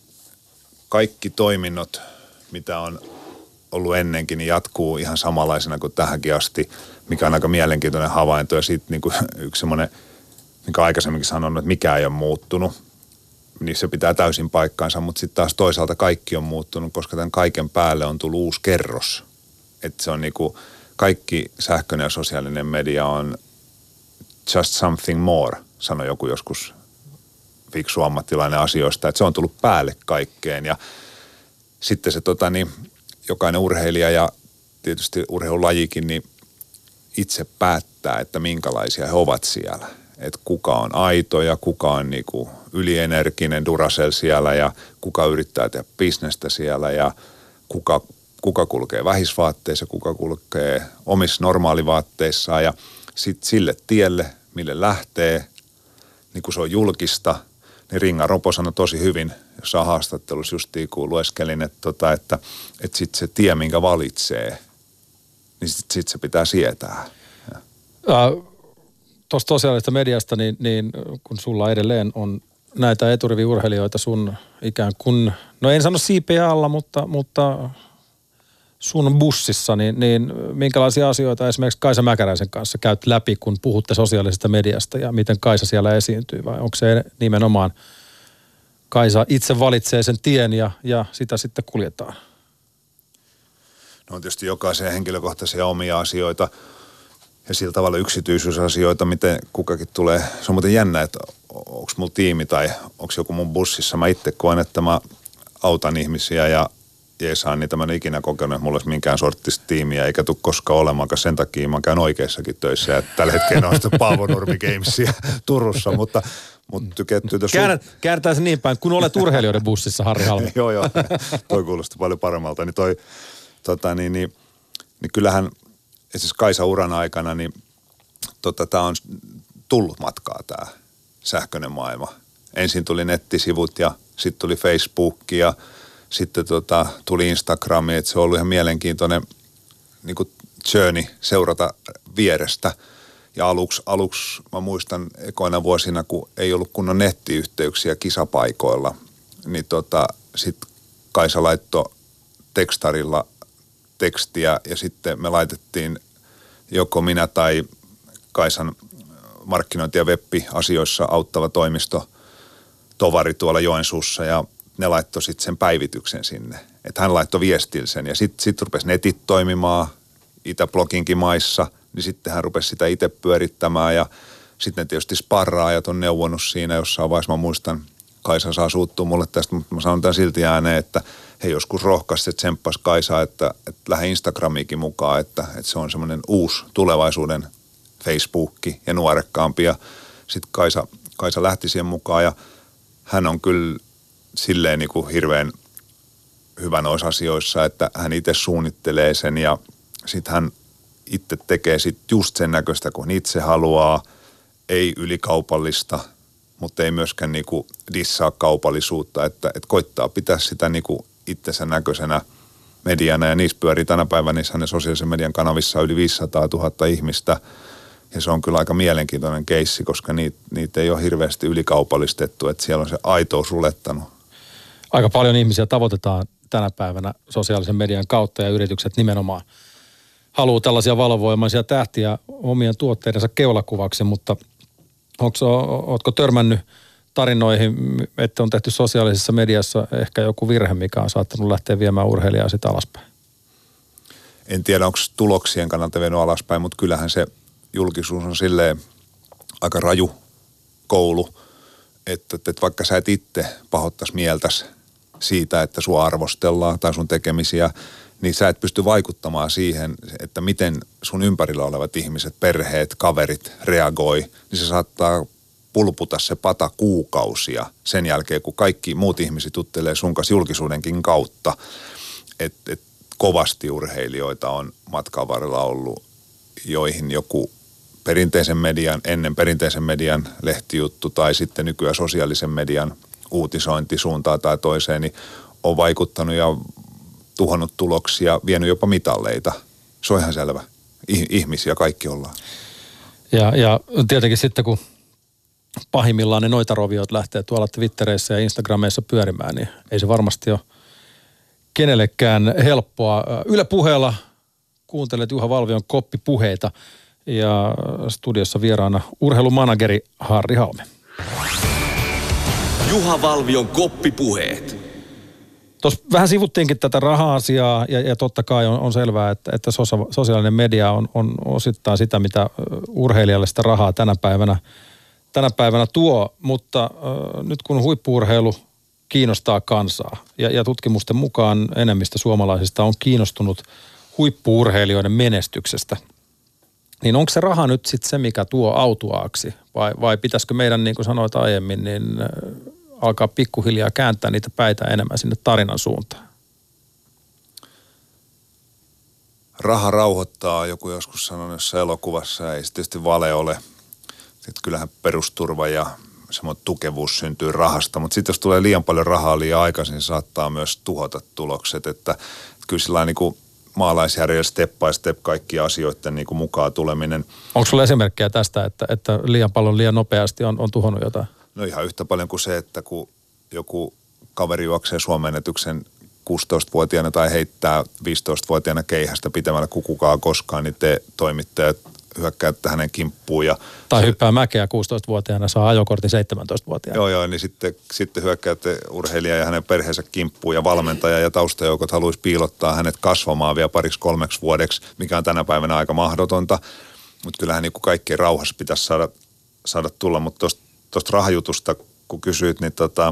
Kaikki toiminnot, mitä on ollut ennenkin, niin jatkuu ihan samanlaisena kuin tähänkin asti, mikä on aika mielenkiintoinen havainto. Ja sitten niin kuin yksi semmoinen, mikä aikaisemminkin sanonut, että mikään ei ole muuttunut, niin se pitää täysin paikkaansa, mutta sitten taas toisaalta kaikki on muuttunut, koska tämän kaiken päälle on tullut uusi kerros. Että se on niin kuin kaikki sähköinen ja sosiaalinen media on just something more, sanoi joku joskus fiksu ammattilainen asioista, että se on tullut päälle kaikkeen ja sitten se tota niin, jokainen urheilija ja tietysti urheilulajikin niin itse päättää, että minkälaisia he ovat siellä. Että kuka on aito ja kuka on niinku ylienerginen Duracell siellä ja kuka yrittää tehdä bisnestä siellä ja kuka, kuka kulkee vähisvaatteissa, kuka kulkee omissa normaalivaatteissaan ja sitten sille tielle, mille lähtee, niin kun se on julkista, niin Ringa Ropo sanoi tosi hyvin, jossain haastattelussa justiin kun lueskelin, että, tota, että, että sitten se tie, minkä valitsee, niin sitten sit se pitää sietää. Äh, Tuosta sosiaalisesta mediasta, niin, niin kun sulla edelleen on näitä eturiviurheilijoita sun ikään kuin, no en sano siipeä alla, mutta, mutta sun bussissa, niin, niin minkälaisia asioita esimerkiksi Kaisa Mäkäräisen kanssa käyt läpi, kun puhutte sosiaalisesta mediasta ja miten Kaisa siellä esiintyy, vai onko se nimenomaan Kaisa itse valitsee sen tien ja, ja sitä sitten kuljetaan? No on tietysti jokaisen henkilökohtaisia omia asioita ja sillä tavalla yksityisyysasioita, miten kukakin tulee. Se on muuten jännä, että onko mulla tiimi tai onko joku mun bussissa. Mä itse koen, että mä autan ihmisiä ja jeesaan niitä. Mä en ikinä kokenut, että mulla olisi minkään sorttista tiimiä, eikä tule koskaan olemaankaan. Sen takia mä käyn oikeissakin töissä. Ja tällä hetkellä on sitä Paavo Nurmi Gamesia Turussa, mutta, mutta tykettyy tässä. Käännät, käännetään se niin päin, kun olet urheilijoiden bussissa, Harri Halme. Joo, joo. Toi kuulostaa paljon paremmalta. Niin toi, tota, niin, niin, niin kyllähän esimerkiksi Kaisa uran aikana, niin tota, tää on tullut matkaa tää sähköinen maailma. Ensin tuli nettisivut ja sitten tuli Facebook ja sitten tota, tuli Instagrami, että se on ollut ihan mielenkiintoinen niin kuin journey seurata vierestä. Ja aluksi, aluksi mä muistan ekoina vuosina, kun ei ollut kunnon nettiyhteyksiä kisapaikoilla, niin tota, sitten Kaisa laittoi tekstarilla tekstiä ja sitten me laitettiin joko minä tai Kaisan markkinointi- ja web-asioissa auttava toimisto tovari tuolla Joensuussa ja ne laittoi sitten sen päivityksen sinne. Että hän laittoi viestillä sen ja sitten sit rupesi netit toimimaan Itäbloginkin maissa, niin sitten hän rupesi sitä itse pyörittämään ja sitten ne tietysti sparraajat on neuvonut siinä jossain vaiheessa. Mä muistan, Kaisa saa suuttua mulle tästä, mutta mä sanon tämän silti ääneen, että he joskus rohkaisesti tsemppas Kaisa, että, että lähde Instagramiikin mukaan, että, että se on semmoinen uusi tulevaisuuden Facebookki ja nuorekkaampi ja sitten Kaisa, Kaisa lähti siihen mukaan ja hän on kyllä silleen niin kuin hirveän hyvä noissa asioissa, että hän itse suunnittelee sen ja sitten hän itse tekee sit just sen näköistä, kun itse haluaa, ei ylikaupallista, mutta ei myöskään niin kuin dissaa kaupallisuutta, että, että koittaa pitää sitä niin kuin itsensä näköisenä mediana ja niissä pyörii tänä päivänä niissä hänen sosiaalisen median kanavissa yli viisisataatuhatta ihmistä. Ja se on kyllä aika mielenkiintoinen keissi, koska niitä, niitä ei ole hirveästi ylikaupallistettu, että siellä on se aitous rulettanut. Aika paljon ihmisiä tavoitetaan tänä päivänä sosiaalisen median kautta ja yritykset nimenomaan haluaa tällaisia valovoimaisia tähtiä omien tuotteidensa keulakuvaksi, mutta ootko törmännyt tarinoihin, että on tehty sosiaalisessa mediassa ehkä joku virhe, mikä on saattanut lähteä viemään urheilijaa sitä alaspäin? En tiedä, onko tuloksien kannalta vienyt alaspäin, mutta kyllähän se julkisuus on silleen aika raju koulu, että, että vaikka sä et itse pahoittaisi mieltäsi siitä, että sua arvostellaan tai sun tekemisiä, niin sä et pysty vaikuttamaan siihen, että miten sun ympärillä olevat ihmiset, perheet, kaverit reagoi, niin se saattaa pulputa se pata kuukausia sen jälkeen, kun kaikki muut ihmiset juttelee sun kanssa julkisuudenkin kautta, että et kovasti urheilijoita on matkan varrella ollut, joihin joku perinteisen median, ennen perinteisen median lehtijuttu tai sitten nykyään sosiaalisen median uutisointi suuntaan tai toiseen, niin on vaikuttanut ja tuhannut tuloksia, vienyt jopa mitalleita. Se on ihan selvä. Ihmisiä kaikki ollaan. Ja, ja tietenkin sitten, kun pahimmillaan ne noitaroviot lähtee tuolla Twittereissä ja Instagrameissa pyörimään, niin ei se varmasti ole kenellekään helppoa. Yle Puheella kuuntelet Juha Valvion koppipuheita ja studiossa vieraana urheilumanageri Harri Halme. Juha Valvion koppipuheet. Tuossa vähän sivuttiinkin tätä raha-asiaa ja, ja totta kai on, on selvää, että, että sosiaalinen media on, on osittain sitä, mitä urheilijalle sitä rahaa tänä päivänä, tänä päivänä tuo, mutta äh, nyt kun huippu-urheilu kiinnostaa kansaa ja, ja tutkimusten mukaan enemmistö suomalaisista on kiinnostunut huippu-urheilijoiden menestyksestä, niin onko se raha nyt sitten se, mikä tuo autuaaksi vai, vai pitäisikö meidän, niin kuin sanoit aiemmin, niin alkaa pikkuhiljaa kääntää niitä päitä enemmän sinne tarinan suuntaan? Raha rauhoittaa, joku joskus sanoi jossain elokuvassa, ei se tietysti vale ole. Sitten kyllähän perusturva ja semmoinen tukevuus syntyy rahasta, mutta sitten jos tulee liian paljon rahaa liian aikaisin, niin saattaa myös tuhota tulokset, että, että kyllä sillä niin kuin maalaisjärjellä step by step kaikki asioiden niin kuin mukaan tuleminen. Onko sulla esimerkkejä tästä, että, että liian paljon liian nopeasti on, on tuhonnut jotain? No ihan yhtä paljon kuin se, että kun joku kaveri juoksee Suomen-ennätyksen kuusitoistavuotiaana tai heittää viisitoistavuotiaana keihästä pitämällä kuin kukaan koskaan, niin te toimittajat hyökkäätte hänen kimppuun. Ja tai hyppää mäkeä kuusitoistavuotiaana, saa ajokortin seitsemäntoistavuotiaana. Joo, joo, niin sitten, sitten hyökkäätte urheilija ja hänen perheensä kimppuun ja valmentaja ja taustajoukot haluaisi piilottaa hänet kasvamaan vielä pariksi kolmeksi vuodeksi, mikä on tänä päivänä aika mahdotonta. Mutta kyllähän niin kuin kaikkien rauhassa pitäisi saada, saada tulla, mutta tuosta tuosta rahajutusta, kun kysyit, niin tota,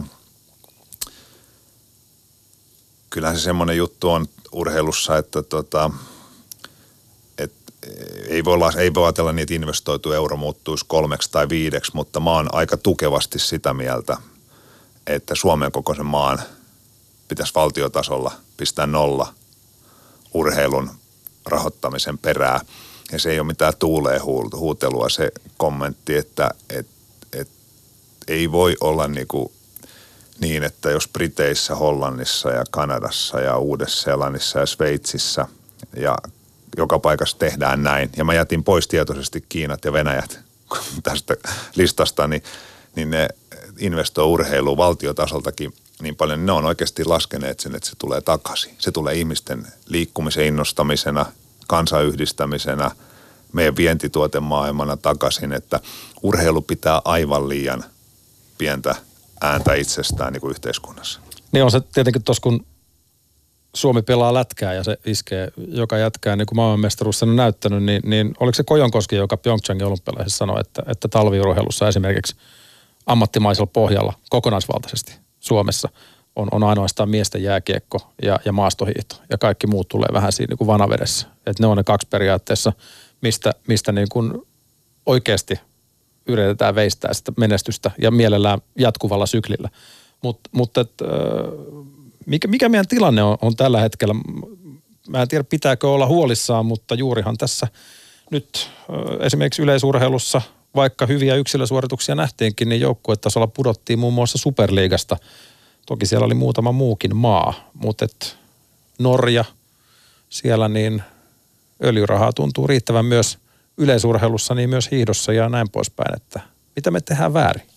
kyllähän se semmoinen juttu on urheilussa, että tota, et ei voi, olla, ei voi ajatella niin, että investoitu euro muuttuisi kolmeksi tai viideksi, mutta mä oon aika tukevasti sitä mieltä, että Suomen kokoisen maan pitäisi valtiotasolla pistää nolla urheilun rahoittamisen perää. Ja se ei ole mitään tuuleen huutelua se kommentti, että et, et, ei voi olla niinku niin, että jos Briteissä, Hollannissa ja Kanadassa ja Uudessa-Seelannissa ja Sveitsissä ja joka paikassa tehdään näin, ja mä jätin pois tietoisesti Kiinat ja Venäjät tästä listasta, niin, niin ne investoi urheiluun valtiotasoltakin niin paljon, niin ne on oikeasti laskeneet sen, että se tulee takaisin. Se tulee ihmisten liikkumisen innostamisena, kansan yhdistämisenä, meidän vientituotemaailmana takaisin, että urheilu pitää aivan liian pientä ääntä itsestään niin kuin yhteiskunnassa. Niin on se tietenkin tuossa, kun Suomi pelaa lätkää ja se iskee joka jätkää, niin kuin maailmanmestaruus sen on näyttänyt, niin, niin oliko se Kojonkoski, joka Pyeongchangin olympialaisessa sanoi, että, että talviurheilussa esimerkiksi ammattimaisella pohjalla kokonaisvaltaisesti Suomessa on, on ainoastaan miesten jääkiekko ja, ja maastohiihto ja kaikki muut tulee vähän siinä niin kuin vanavedessä. Että ne on ne kaksi periaatteessa, mistä, mistä niin kuin oikeasti yritetään veistää sitä menestystä ja mielellään jatkuvalla syklillä. Mut, mutta et, mikä, mikä meidän tilanne on, on tällä hetkellä? Mä en tiedä, pitääkö olla huolissaan, mutta juurihan tässä nyt esimerkiksi yleisurheilussa, vaikka hyviä yksilösuorituksia nähtiinkin, niin joukkuetasolla pudottiin muun muassa Superliigasta. Toki siellä oli muutama muukin maa, mutta et Norja siellä niin öljyrahaa tuntuu riittävän myös yleisurheilussa, niin myös hiihdossa ja näin poispäin, että mitä me tehdään väärin?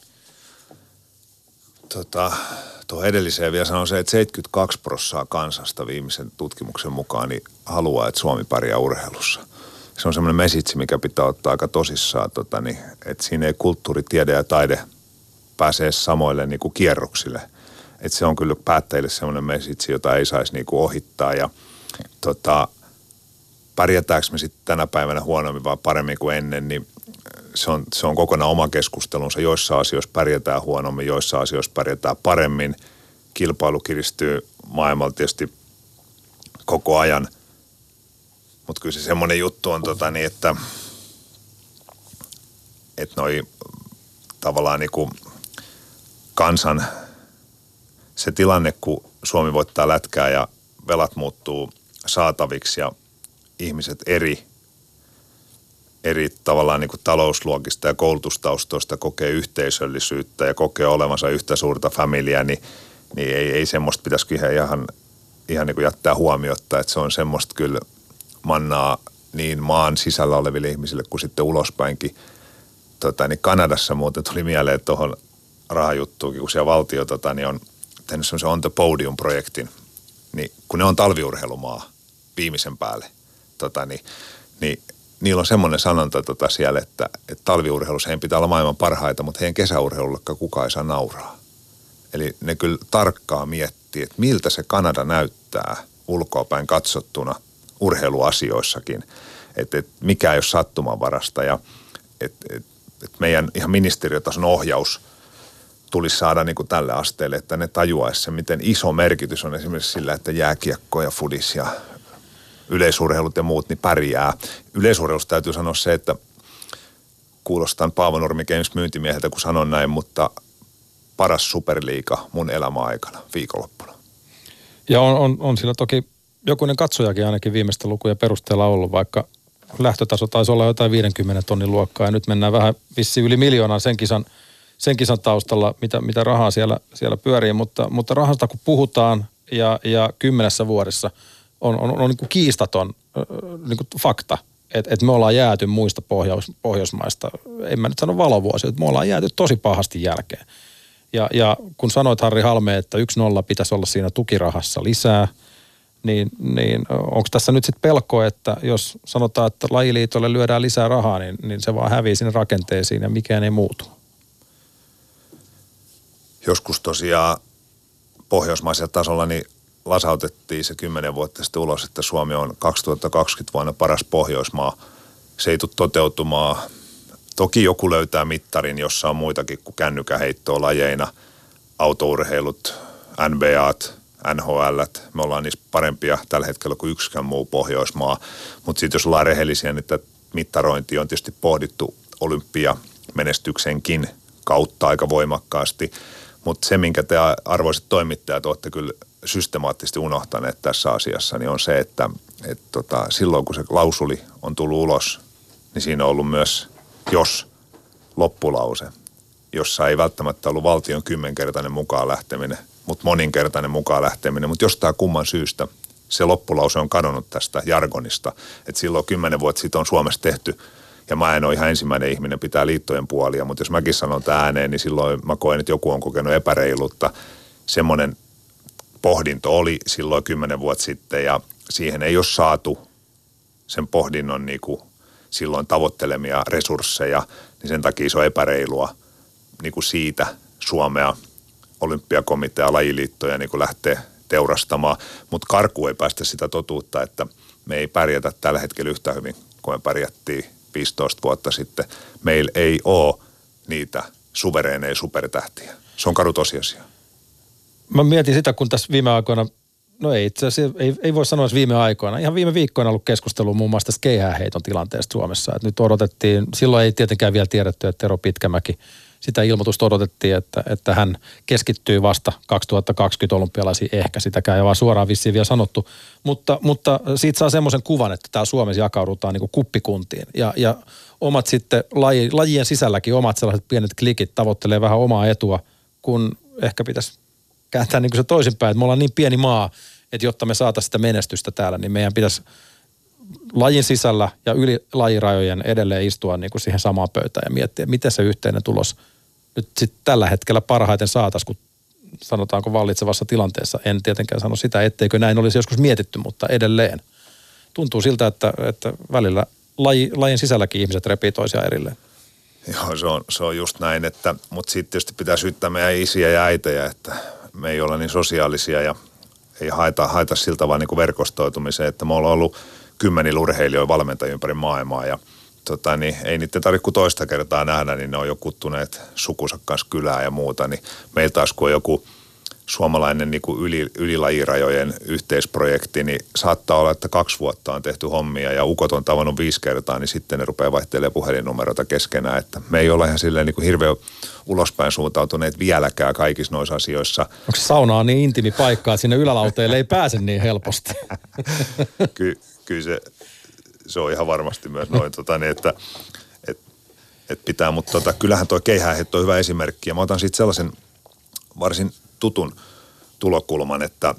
Tota, tuohon edelliseen vielä sanon se, että seitsemänkymmentäkaksi prosenttia kansasta viimeisen tutkimuksen mukaan niin haluaa, että Suomi pärjää urheilussa. Se on semmoinen mesitsi, mikä pitää ottaa aika tosissaan, tota, niin, että siinä ei kulttuuri, tiede ja taide pääsee samoille niin kuin kierroksille. Että se on kyllä päättäjille semmoinen mesitsi, jota ei saisi niin kuin ohittaa ja tota, pärjätäänkö me sitten tänä päivänä huonommin vai paremmin kuin ennen, niin se on, se on kokonaan oma keskustelunsa. Joissa asioissa pärjätään huonommin, joissa asioissa pärjätään paremmin. Kilpailu kiristyy maailmalla tietysti koko ajan. Mutta kyllä se semmoinen juttu on, tota, niin että, että noi tavallaan niin kuin kansan se tilanne, kun Suomi voittaa lätkää ja velat muuttuu saataviksi ja ihmiset eri, eri tavallaan niin kuin talousluokista ja koulutustaustoista kokee yhteisöllisyyttä ja kokee olevansa yhtä suurta familiaa, niin, niin ei, ei semmoista pitäisi ihan, ihan niin kuin jättää huomiota, että se on semmoista kyllä mannaa niin maan sisällä oleville ihmisille kuin sitten ulospäinkin. Tota, niin Kanadassa muuten tuli mieleen tuohon rahajuttuunkin, kun siellä valtio tota, niin on tehnyt semmoisen On the Podium-projektin, niin kun ne on talviurheilumaa viimeisen päälle, tota, niin, niin niillä on semmoinen sanonta tota siellä, että, että talviurheilussa heidän pitää olla maailman parhaita, mutta heidän kesäurheilullakaan kukaan ei saa nauraa. Eli ne kyllä tarkkaan miettii, että miltä se Kanada näyttää ulkoapäin katsottuna urheiluasioissakin, että, että mikä ei ole sattumanvarasta ja että, että, että meidän ihan ministeriötason ohjaus tulisi saada niin kuin tälle asteelle, että ne tajuaisi se, miten iso merkitys on esimerkiksi sillä, että jääkiekko ja fudis ja yleisurheilut ja muut niin pärjää. Yleisurheilusta täytyy sanoa se, että kuulostan Paavo Nurmi Games myyntimieheltä, kun sanon näin, mutta paras superliiga mun elämäaikana viikonloppuna. Ja on, on, on sillä toki jokunen katsojakin ainakin viimeistä lukuja perusteella ollut, vaikka lähtötaso taisi olla jotain viidenkymmenen tonnin luokkaa ja nyt mennään vähän vissiin yli miljoonaan sen kisan, sen kisan taustalla, mitä, mitä rahaa siellä, siellä pyörii, mutta, mutta rahasta kun puhutaan ja, ja kymmenessä vuodessa on, on, on niin kuin kiistaton niin kuin fakta, että et me ollaan jääty muista pohjois, Pohjoismaista, en mä nyt sano valovuosia, että me ollaan jääty tosi pahasti jälkeen. Ja, ja kun sanoit Harri Halme, että yksi nolla pitäisi olla siinä tukirahassa lisää, niin, niin onko tässä nyt sitten pelko, että jos sanotaan, että lajiliitolle lyödään lisää rahaa, niin, niin se vaan hävii sinne rakenteisiin ja mikään ei muutu? Joskus tosiaan pohjoismaisella tasolla niin lasautettiin se kymmenen vuotta sitten ulos, että Suomi on kaksituhattakaksikymmentä vuonna paras Pohjoismaa. Se ei tule toteutumaan Toki joku löytää mittarin, jossa on muitakin kuin kännykäheittoa lajeina, autourheilut, N B A:t, N H L:t. Me ollaan niissä parempia tällä hetkellä kuin yksikään muu Pohjoismaa. Mutta sitten jos ollaan rehellisiä, niin tätä mittarointia on tietysti pohdittu olympiamenestyksenkin kautta aika voimakkaasti. Mutta se, minkä te arvoiset toimittajat olette kyllä systemaattisesti unohtaneet tässä asiassa, niin on se, että et tota, silloin kun se lausuli on tullut ulos, niin siinä on ollut myös jos loppulause, jossa ei välttämättä ollut valtion kymmenkertainen mukaan lähteminen, mutta moninkertainen mukaan lähteminen, mutta jostain kumman syystä se loppulause on kadonnut tästä jargonista, että silloin kymmenen vuotta sitten on Suomessa tehty, ja mä en ole ihan ensimmäinen ihminen pitää liittojen puolia, mutta jos mäkin sanon tämän ääneen, niin silloin mä koen, että joku on kokenut epäreiluutta. Semmoinen pohdinto oli silloin kymmenen vuotta sitten, ja siihen ei ole saatu sen pohdinnon niin kuin silloin tavoittelemia resursseja, niin sen takia se on epäreilua niin kuin siitä Suomea, olympiakomitea, lajiliittoja niin kuin lähtee teurastamaan, mutta karkuun ei päästä sitä totuutta, että me ei pärjätä tällä hetkellä yhtä hyvin kuin me pärjättiin viisitoista vuotta sitten. Meillä ei ole niitä suvereeneja supertähtiä. Se on karu tosiasia. Mä mietin sitä, kun tässä viime aikoina, no ei itse asiassa, ei, ei voi sanoa viime aikoina, ihan viime viikkoina ollut keskustelua muun muassa tästä keihääheiton tilanteesta Suomessa. Et nyt odotettiin, silloin ei tietenkään vielä tiedetty, että Tero Pitkämäki, sitä ilmoitusta odotettiin, että, että hän keskittyy vasta kaksituhattakaksikymmentä olympialaisiin, ehkä sitäkään ei vaan suoraan vissiin vielä sanottu, mutta, mutta siitä saa semmoisen kuvan, että täällä Suomessa jakaudutaan niin kuin kuppikuntiin ja, ja omat sitten laji, lajien sisälläkin omat sellaiset pienet klikit tavoittelee vähän omaa etua, kun ehkä pitäisi kääntää niin kuin se toisinpäin, että me ollaan niin pieni maa, että jotta me saataisiin sitä menestystä täällä, niin meidän pitäisi lajin sisällä ja yli lajirajojen edelleen istua niin kuin siihen samaan pöytään ja miettiä, miten se yhteinen tulos nyt sitten tällä hetkellä parhaiten saataisiin, kun sanotaanko vallitsevassa tilanteessa. En tietenkään sano sitä, etteikö näin olisi joskus mietitty, mutta edelleen. Tuntuu siltä, että, että välillä laji, lajin sisälläkin ihmiset repii toisiaan erilleen. Joo, se on, se on just näin, että, mutta sitten tietysti pitää syyttää meidän isiä ja äitejä, että me ei olla niin sosiaalisia ja ei haeta, haeta siltä vaan niin kuin verkostoitumiseen, että me ollaan ollut kymmenillä urheilijoilla valmentajia ympäri maailmaa ja tota, niin ei niiden tarvitse kuin toista kertaa nähdä, niin ne on jo kuttuneet sukunsa kanssa kylään ja muuta, niin meillä taas kun on joku suomalainen niin kuin yli, ylilajirajojen yhteisprojekti, niin saattaa olla, että kaksi vuotta on tehty hommia ja ukot on tavannut viisi kertaa, niin sitten ne rupeaa vaihtelemaan puhelinnumeroita keskenään, että me ei olla ihan silleen niin kuin hirveän ulospäin suuntautuneet vieläkään kaikissa noissa asioissa. Onko se sauna on niin intiimi paikka, että sinne ylälauteelle ei pääse niin helposti? Ky, kyllä se, se on ihan varmasti myös noin, tota, niin että et, et pitää, mutta tota, kyllähän tuo keihääheitto on hyvä esimerkki ja mä otan siitä sellaisen varsin tutun tulokulman, että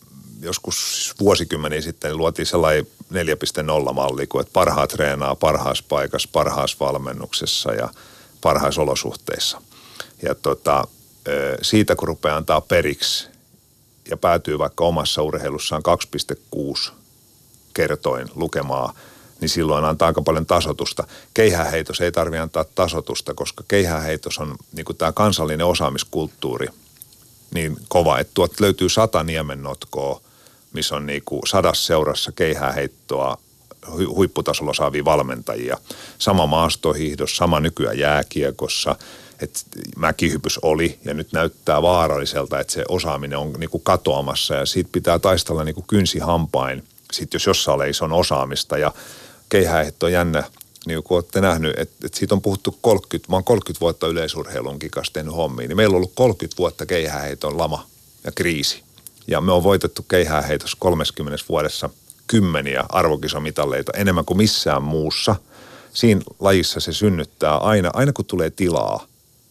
joskus vuosikymmeniä sitten luotiin sellainen neljä piste nolla-malli, kun että parhaat treenaa parhaassa paikassa, parhaassa valmennuksessa ja parhaissa olosuhteissa. Ja tota, siitä kun rupeaa antaa periksi ja päätyy vaikka omassa urheilussaan kaksi pilkku kuusi kertoin lukemaa, niin silloin antaa aika paljon tasotusta. Keihääheitos ei tarvitse antaa tasotusta, koska keihääheitos on niin kuin tämä kansallinen osaamiskulttuuri niin kova, että tuot löytyy sata niemennotkoa, missä on niin kuin sadassa seurassa keihääheittoa hu- huipputasolla saavia valmentajia. Sama maastohiihdos, sama nykyään jääkiekossa, että mäkihypys oli ja nyt näyttää vaaralliselta, että se osaaminen on niin kuin katoamassa ja siitä pitää taistella niin kuin kynsihampain. Sitten jos jossain ole ison osaamista ja keihääheitto on jännä, niin kuin olette nähnyt, että, että siitä on puhuttu kolmekymmentä, mä oon kolmekymmentä vuotta yleisurheilun kikassa tehnyt hommia, niin meillä on ollut kolmekymmentä vuotta keihääheiton lama ja kriisi. Ja me on voitettu keihääheitossa kolmekymmentä vuodessa kymmeniä arvokisamitaleita enemmän kuin missään muussa. Siinä lajissa se synnyttää aina, aina kun tulee tilaa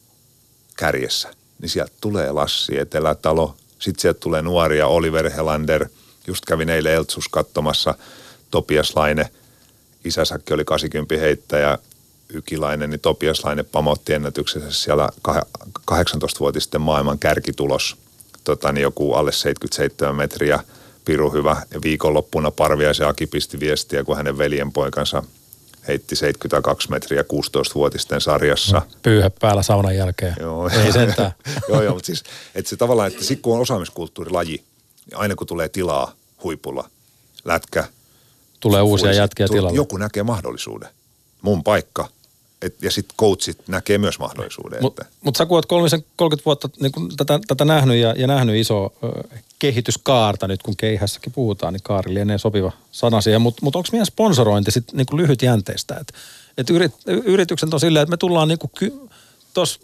kärjessä, niin sieltä tulee Lassi Etelätalo, sitten sieltä tulee nuoria Oliver Helander, just kävin eilen Eltsus katsomassa Topias Laine, isäsäkin oli kahdeksankymmentä heittäjä, Ykilainen, niin Topias Laine pamotti ennätyksessä siellä kahdeksantoistavuotisten maailman kärkitulos, tota, niin joku alle seitsemänkymmentäseitsemän metriä, piru hyvä. Ja viikonloppuna Parviaisen Aki pisti viestiä, kun hänen veljenpoikansa heitti seitsemänkymmentäkaksi metriä kuusitoistavuotisten sarjassa. Pyyhä päällä saunan jälkeen. Joo. Ei sentään. joo, joo, mutta siis, että se tavallaan, että sit kun on osaamiskulttuurilaji, niin aina kun tulee tilaa huipulla, lätkä, tulee uusia jätkiä tulee, tilalle. joku näkee mahdollisuuden. Mun paikka, et, ja sitten coachit näkee myös mahdollisuuden. Mutta mut sä kun oot kolmisen kolmekymmentä vuotta niin kun tätä, tätä nähnyt ja, ja nähnyt iso ö, kehityskaarta, nyt kun keihässäkin puhutaan, niin kaari lienee sopiva sana siihen. Mutta mut onko meidän sponsorointi sitten niin lyhytjänteistä? Että et yrit, yritykset on silleen, että me tullaan niin kuin tuossa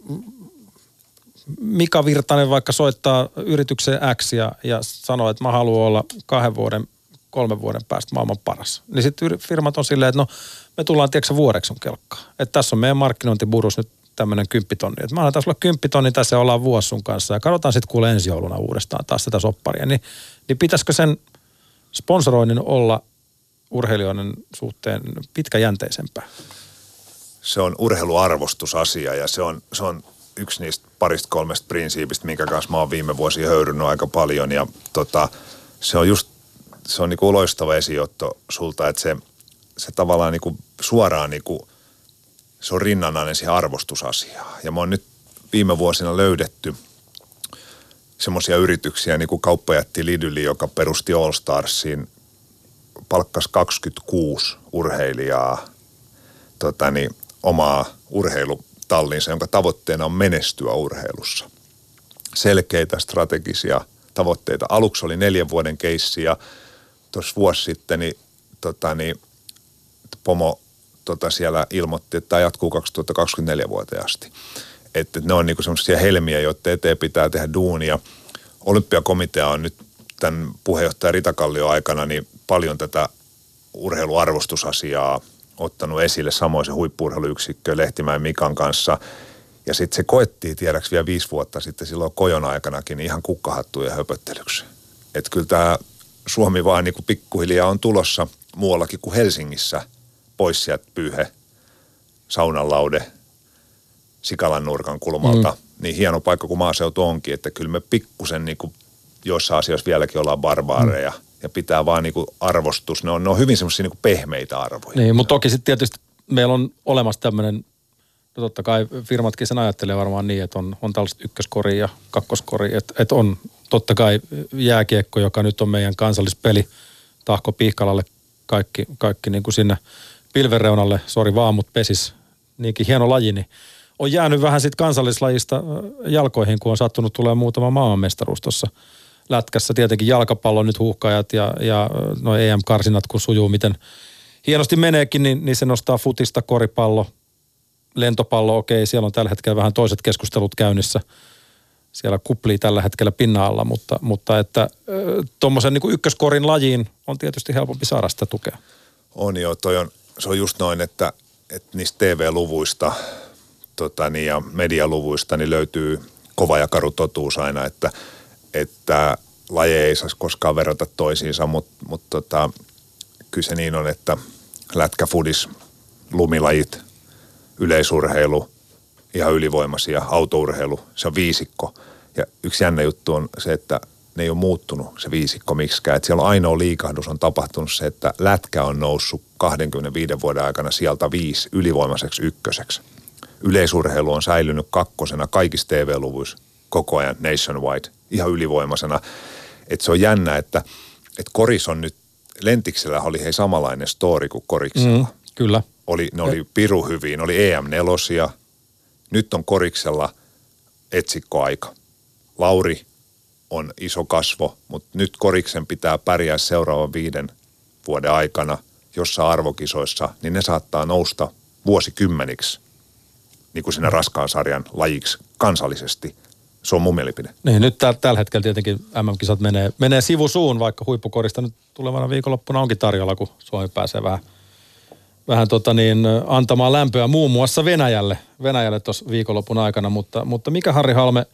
Mika Virtanen vaikka soittaa yritykseen X ja, ja sanoo, että mä haluan olla kahden vuoden, kolmen vuoden päästä maailman paras. Niin sitten firmat on silleen, että no me tullaan tiedätkö vuodeksi on kelkkaa. Että tässä on meidän markkinointiburus nyt tämmöinen kymppitonni. Että mä annan taas olla kymppitonni tässä ja ollaan vuosi sun kanssa. Ja katsotaan sitten kuule ensi jouluna uudestaan taas tätä sopparia. Niin, niin pitäisikö sen sponsoroinnin olla urheilijoiden suhteen pitkäjänteisempää? Se on urheiluarvostusasia ja se on, se on yksi niistä parista kolmesta prinsiipistä, minkä kanssa mä oon viime vuosia höyrynyt aika paljon. Ja tota, se on just, se on niinku loistava esiotto sulta, että se, se tavallaan niinku suoraan niinku, se on rinnanainen siihen arvostusasiaan. Ja mä oon nyt viime vuosina löydetty semmoisia yrityksiä, niin kuin kauppajätti Lidl, joka perusti All Starsiin, palkkasi kaksikymmentäkuusi urheilijaa tota niin, omaa urheilutallinsa, jonka tavoitteena on menestyä urheilussa. Selkeitä strategisia tavoitteita. Aluksi oli neljän vuoden keissi ja tuossa vuosi sitten niin, tota niin, Pomo tota siellä ilmoitti, että tämä jatkuu kaksituhattakaksikymmentäneljä vuoteen asti. Että ne on niinku semmoisia helmiä, joiden eteen pitää tehdä duunia. Olympiakomitea on nyt tämän puheenjohtaja Rita Kallion aikana niin paljon tätä urheiluarvostusasiaa ottanut esille, samoin se huippu-urheiluyksikkö Lehtimäen Mikan kanssa. Ja sitten se koettiin tiedäks vielä viisi vuotta sitten silloin Kojon aikanakin ihan kukkahattujen höpöttelyksi. Että kyllä tämä Suomi vaan niinku pikkuhiljaa on tulossa muuallakin kuin Helsingissä pois sieltä Pyyhe, Saunanlaude, Sikalan nurkan kulmalta. Mm. Niin hieno paikka kuin maaseutu onkin, että kyllä me pikkusen niinku joissain asioissa vieläkin ollaan barbaareja. Mm. Ja pitää vaan niinku arvostus. Ne on, ne on hyvin semmoisia niinku pehmeitä arvoja. Niin, mutta toki sitten tietysti meillä on olemassa tämmöinen, no totta kai firmatkin sen ajattelee varmaan niin, että on, on tällaiset ykköskori ja kakkoskori. Että et on totta kai jääkiekko, joka nyt on meidän kansallispeli, Tahko Pihkalalle kaikki, kaikki niin kuin sinne pilvenreunalle, sori vaan, mut pesis, niinkin hieno laji, niin on jäänyt vähän sitten kansallislajista jalkoihin, kun on sattunut tulemaan muutama maailmanmestaruus tuossa lätkässä. Tietenkin jalkapallo nyt huuhkajat ja, ja no E M-karsinat, kun sujuu miten hienosti meneekin, niin, niin se nostaa futista, koripallo, lentopallo, okei, siellä on tällä hetkellä vähän toiset keskustelut käynnissä. Siellä kuplii tällä hetkellä pinnan alla, mutta, mutta että tuommoisen niin kuin ykköskorin lajiin on tietysti helpompi saada sitä tukea. On joo, toi on, se on just noin, että, että niistä T V-luvuista tota, niin, ja medialuvuista niin löytyy kova ja karu totuus aina, että, että lajeja ei saisi koskaan verrata toisiinsa, mutta mut, tota, kyllä se niin on, että lätkä, fudis, lumilajit, yleisurheilu, ihan ylivoimaisia, autourheilu, se on viisikko. Ja yksi jännä juttu on se, että ne ei ole muuttunut se viisikko miksikään. Että siellä on ainoa liikahdus on tapahtunut se, että lätkä on noussut kaksikymmentäviiden vuoden aikana sieltä viisi ylivoimaiseksi ykköseksi. Yleisurheilu on säilynyt kakkosena kaikissa T V-luvuissa koko ajan nationwide, ihan ylivoimaisena. Että se on jännä, että, että koris on nyt, Lentiksellä oli hei samanlainen story kuin koriksella. Mm, kyllä. Oli, ne oli piru hyviä, ne oli E M nelosia. Nyt on koriksella etsikkoaika. Lauri on iso kasvo, mutta nyt koriksen pitää pärjää seuraavan viiden vuoden aikana jossain arvokisoissa, niin ne saattaa nousta vuosikymmeniksi niin kuin siinä raskaan sarjan lajiksi kansallisesti. Se on mun mielipide. Niin, nyt täl, tällä hetkellä tietenkin M M-kisat menee, menee sivusuun, vaikka huippukorista nyt tulevana viikonloppuna onkin tarjolla, kun Suomi pääsee vähän vähän tota niin, antamaan lämpöä muun muassa Venäjälle, Venäjälle tuossa viikonlopun aikana, mutta, mutta mikä Harri Halme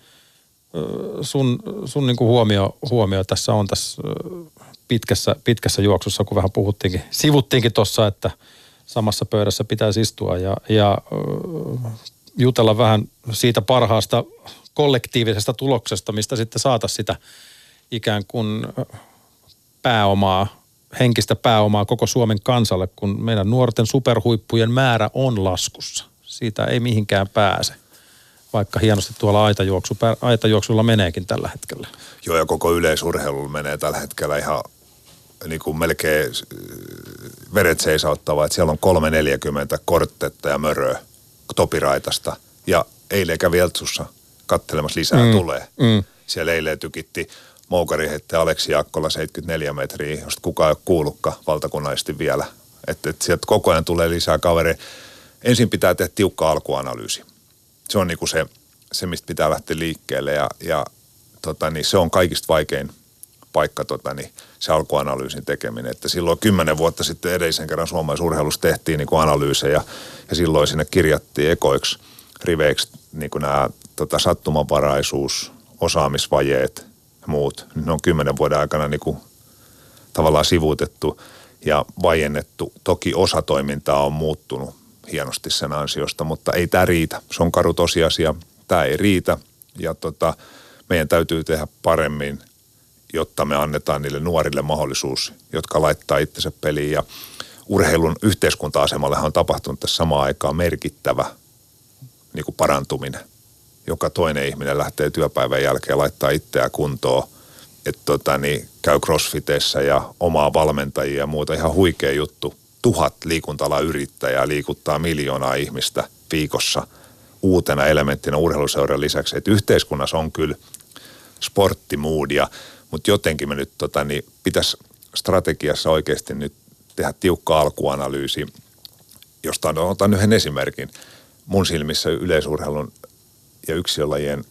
sun, sun niin kuin huomio, huomio tässä on tässä pitkässä, pitkässä juoksussa, kun vähän puhuttiinkin, sivuttiinkin tuossa, että samassa pöydässä pitäisi istua ja, ja jutella vähän siitä parhaasta kollektiivisesta tuloksesta, mistä sitten saataisiin sitä ikään kuin pääomaa, henkistä pääomaa koko Suomen kansalle, kun meidän nuorten superhuippujen määrä on laskussa. Siitä ei mihinkään pääse, vaikka hienosti tuolla aitajuoksu, aitajuoksulla meneekin tällä hetkellä. Joo, ja koko yleisurheilulla menee tällä hetkellä ihan niin kuin melkein veret seisauttavaa, että siellä on kolme neljäkymmentä korttetta ja möröä Topiraitasta ja eilen kävi Eltsussa katselemassa lisää mm. tulee. Mm. Siellä eilen tykitti moukariheittäjä Aleksi Jaakkola seitsemänkymmentäneljä metriä, josta kukaan ei ole kuullutkaan valtakunnallisesti vielä. Että et sieltä koko ajan tulee lisää kavereita. Ensin pitää tehdä tiukka alkuanalyysi. Se on niinku se, se, mistä pitää lähteä liikkeelle ja, ja tota, niin se on kaikista vaikein paikka tota, niin se alkuanalyysin tekeminen. Että silloin kymmenen vuotta sitten edellisen kerran suomalaisurheilussa tehtiin niin kuin analyysejä ja silloin sinne kirjattiin ekoiksi riveiksi niin kuin nämä tota, sattumanvaraisuus, osaamisvajeet ja muut. Ne on kymmenen vuoden aikana niin kuin tavallaan sivuutettu ja vajennettu. Toki osa toimintaa on muuttunut hienosti sen ansiosta, mutta ei tämä riitä. Se on karu tosiasia. Tämä ei riitä ja tota, meidän täytyy tehdä paremmin, jotta me annetaan niille nuorille mahdollisuus, jotka laittaa itsensä peliin. Ja urheilun yhteiskunta-asemallehan on tapahtunut tässä samaan aikaan merkittävä niin kuin parantuminen. Joka toinen ihminen lähtee työpäivän jälkeen laittaa itseään kuntoon, että tota, niin, käy crossfiteissä ja omaa valmentajia ja muuta. Ihan huikea juttu. Tuhat liikunta-alan yrittäjää liikuttaa miljoonaa ihmistä viikossa uutena elementtinä urheiluseuran lisäksi. Että yhteiskunnassa on kyllä sporttimuudia, mutta jotenkin me nyt tota, niin pitäisi strategiassa oikeasti nyt tehdä tiukka alkuanalyysi, josta otan yhden esimerkin. Mun silmissä yleisurheilun ja yksilölajien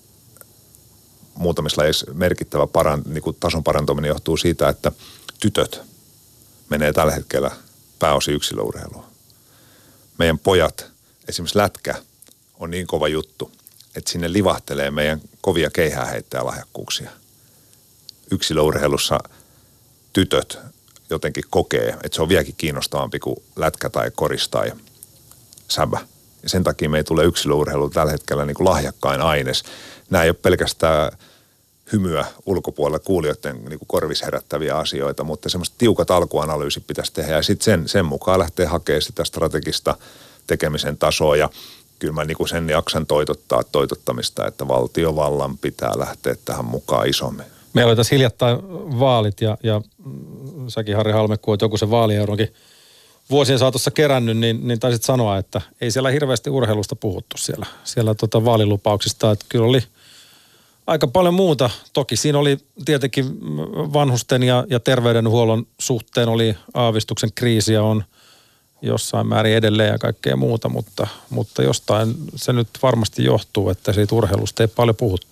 muutamissa lajeissa merkittävä paran, niin kuin tason parantuminen johtuu siitä, että tytöt menee tällä hetkellä pääosin yksilöurheiluun. Meidän pojat, esimerkiksi lätkä, on niin kova juttu, että sinne livahtelee meidän kovia keihääheittäjälahjakkuuksia. Yksilöurheilussa tytöt jotenkin kokee, että se on vieläkin kiinnostavampi kuin lätkä tai koris tai säbä. Ja sen takia me ei tule yksilöurheilu tällä hetkellä niin kuin lahjakkain aines. Nämä ei ole pelkästään hymyä ulkopuolella kuulijoiden niin kuin korvis herättäviä asioita, mutta semmoista tiukat alkuanalyysit pitäisi tehdä ja sitten sen, sen mukaan lähtee hakemaan sitä strategista tekemisen tasoa ja kyllä mä niin kuin sen jaksan toitottaa toitottamista, että valtiovallan pitää lähteä tähän mukaan isommin. Meillä oli tässä hiljattain vaalit ja, ja säkin Harri Halme, kun olet joku sen vaalieuronkin vuosien saatossa kerännyt, niin, niin taisit sanoa, että ei siellä hirveästi urheilusta puhuttu siellä, siellä tota vaalilupauksista, että kyllä oli aika paljon muuta. Toki siinä oli tietenkin vanhusten ja, ja terveydenhuollon suhteen oli aavistuksen kriisiä on jossain määrin edelleen ja kaikkea muuta, mutta, mutta jostain se nyt varmasti johtuu, että siitä urheilusta ei paljon puhuttu.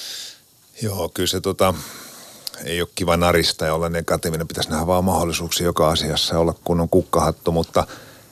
Joo, kyllä se tota, ei ole kiva narista ja olla negatiivinen. Pitäisi nähdä vaan mahdollisuuksia joka asiassa ja olla kunnon kukkahattu, mutta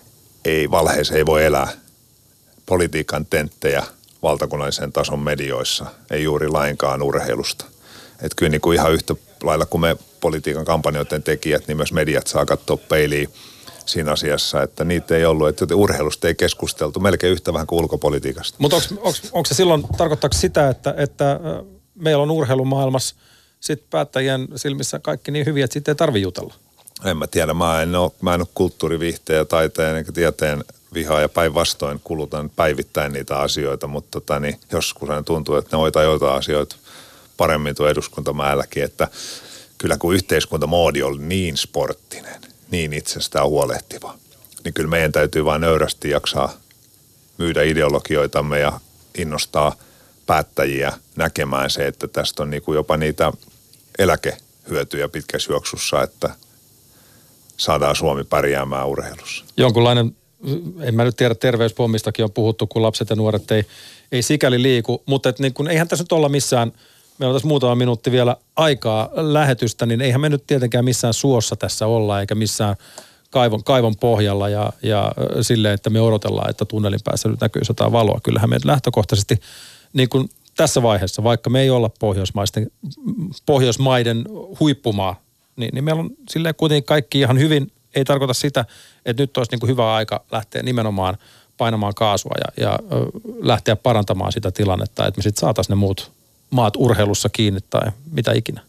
ei valheeseen ei voi elää. Politiikan tenttejä valtakunnallisen tason medioissa, ei juuri lainkaan urheilusta. Että kyllä niin kuin ihan yhtä lailla kuin me politiikan kampanjoiden tekijät, niin myös mediat saa katsoa peiliin siinä asiassa, että niitä ei ollut, että urheilusta ei keskusteltu melkein yhtä vähän kuin ulkopolitiikasta. Mutta onko se silloin, tarkoittaako sitä, että, että meillä on urheilumaailmassa sit päättäjien silmissä kaikki niin hyviä, että siitä ei tarvitse jutella? En mä tiedä, mä en ole, mä en ole kulttuuriviihteen, taiteen eikä tieteen vihaa ja päinvastoin kulutan päivittäin niitä asioita, mutta tota, niin joskus tuntuu, että ne hoitaa joitain asioita paremmin tuo eduskuntamäälläkin, että kyllä kun yhteiskuntamoodi oli niin sporttinen, niin itsestään huolehtiva, niin kyllä meidän täytyy vaan nöyrästi jaksaa myydä ideologioitamme ja innostaa päättäjiä näkemään se, että tästä on niin kuin jopa niitä eläkehyötyjä pitkässä juoksussa, että saadaan Suomi pärjäämään urheilussa. Jonkunlainen, en mä nyt tiedä, terveyspommistakin on puhuttu, kun lapset ja nuoret ei, ei sikäli liiku, mutta et niin kun, eihän tässä nyt olla missään, meillä on tässä muutama minuutti vielä aikaa lähetystä, niin eihän me nyt tietenkään missään suossa tässä olla, eikä missään kaivon, kaivon pohjalla ja, ja silleen, että me odotellaan, että tunnelin päässä nyt näkyy jotain valoa. Kyllähän me lähtökohtaisesti niin kuin tässä vaiheessa, vaikka me ei olla Pohjoismaisten, Pohjoismaiden huippumaa, niin, niin meillä on silleen kuitenkin kaikki ihan hyvin. Ei tarkoita sitä, että nyt olisi niin kuin hyvä aika lähteä nimenomaan painamaan kaasua ja, ja ö, lähteä parantamaan sitä tilannetta, että me sitten saataisiin ne muut maat urheilussa kiinni tai mitä ikinä.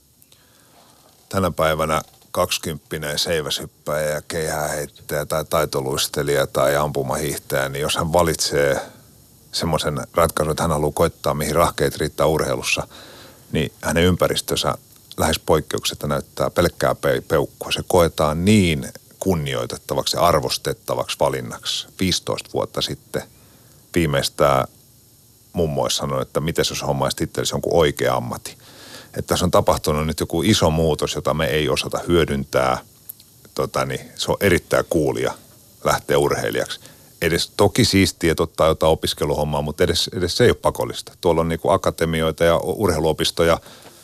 Tänä päivänä kaksikymppinen seiväshyppäjä ja keihääheittäjä tai taitoluistelija tai ampumahiihtäjä, niin jos hän valitsee semmoisen ratkaisun, että hän haluaa koittaa, mihin rahkeet riittää urheilussa, niin hänen ympäristönsä lähes poikkeuksetta näyttää pelkkää peukkua. Se koetaan niin kunnioitettavaksi ja arvostettavaksi valinnaksi. viisitoista vuotta sitten viimeistään mummoissa sanoi, että miten jos hommaisit itsellesi jonkun oikea ammatti. Että tässä on tapahtunut nyt joku iso muutos, jota me ei osata hyödyntää. Tota, niin se on erittäin kuulia lähteä urheilijaksi. Edes toki siistiä, että ottaa jotain opiskeluhommaa, mutta edes, edes se ei ole pakollista. Tuolla on niinku akatemioita ja urheiluopistoja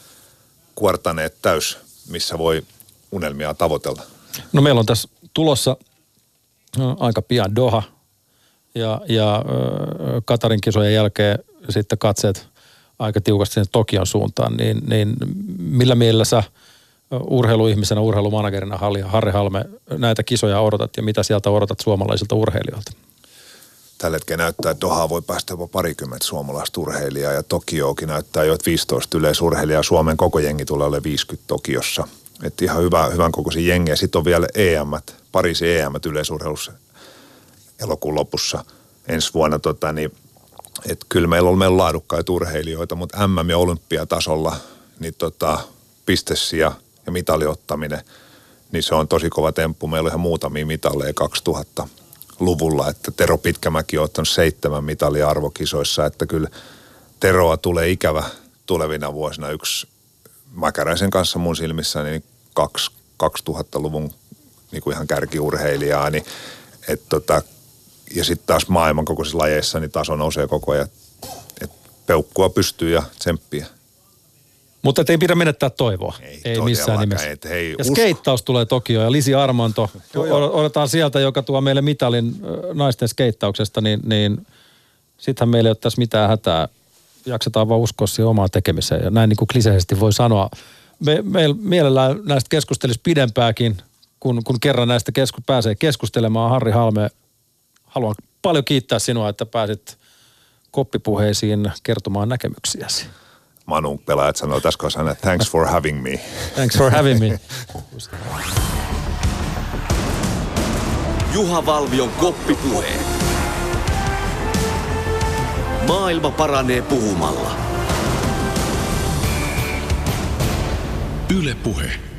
kuortaneet täys, missä voi unelmia tavoitella. No meillä on tässä tulossa no, aika pian Doha ja, ja äh, Katarin kisojen jälkeen sitten katseet aika tiukasti sinne Tokion suuntaan, niin, niin millä mielellä sä urheiluihmisenä, urheilumanagerina Harri Halme näitä kisoja odotat ja mitä sieltä odotat suomalaisilta urheilijoilta? Tällä hetkellä näyttää, että Dohaan voi päästä jopa parikymmentä suomalaista urheilijaa ja Tokioakin näyttää jo, että viisitoista yleisurheilijaa. Suomen koko jengi tulee olemaan viisikymmentä Tokiossa. Että ihan hyvä, hyvän kokoisia jengiä. Sitten on vielä E M-t, Pariisin E M-t yleisurheilussa elokuun lopussa ensi vuonna. Tota, niin, että kyllä meillä on, meillä on laadukkaita urheilijoita, mutta M M- ja olympiatasolla niin tota, pistessiä ja mitaliottaminen, niin se on tosi kova temppu. Meillä on ihan muutamia mitalleja kaksituhattaluvulla, että Tero Pitkämäki on ottanut seitsemän mitalia arvokisoissa, että kyllä Teroa tulee ikävä tulevina vuosina yksi Mäkäräisen kanssa mun silmissä niin kaksi, kaksituhattaluvun niin kuin ihan kärkiurheilijaa, niin et tota, ja sitten taas maailmankokoisissa lajeissa niin taso nousee koko ajan, että peukkua pystyy ja tsemppiä. Mutta ei pidä menettää toivoa. Ei, ei missään nimessä. Et, hei, ja skeittaus tulee Tokioon ja Lisi Armanto. Odotetaan sieltä, joka tuo meille mitalin naisten skeittauksesta, niin, niin sittenhän meillä ei ole tässä mitään hätää. Jaksetaan vaan uskoa siihen omaan tekemiseen. Ja näin niin kuin kliseisesti voi sanoa. Me, meillä mielellään näistä keskustelisi pidempääkin, kun, kun kerran näistä kesku, pääsee keskustelemaan. Harri Halme, haluan paljon kiittää sinua, että pääsit koppipuheisiin kertomaan näkemyksiäsi. Manun pelaajat sanoo tässä kohdassa, että thanks for having me. Thanks for having me. Juha Valvion koppipuheet. Maailma paranee puhumalla. Yle Puhe.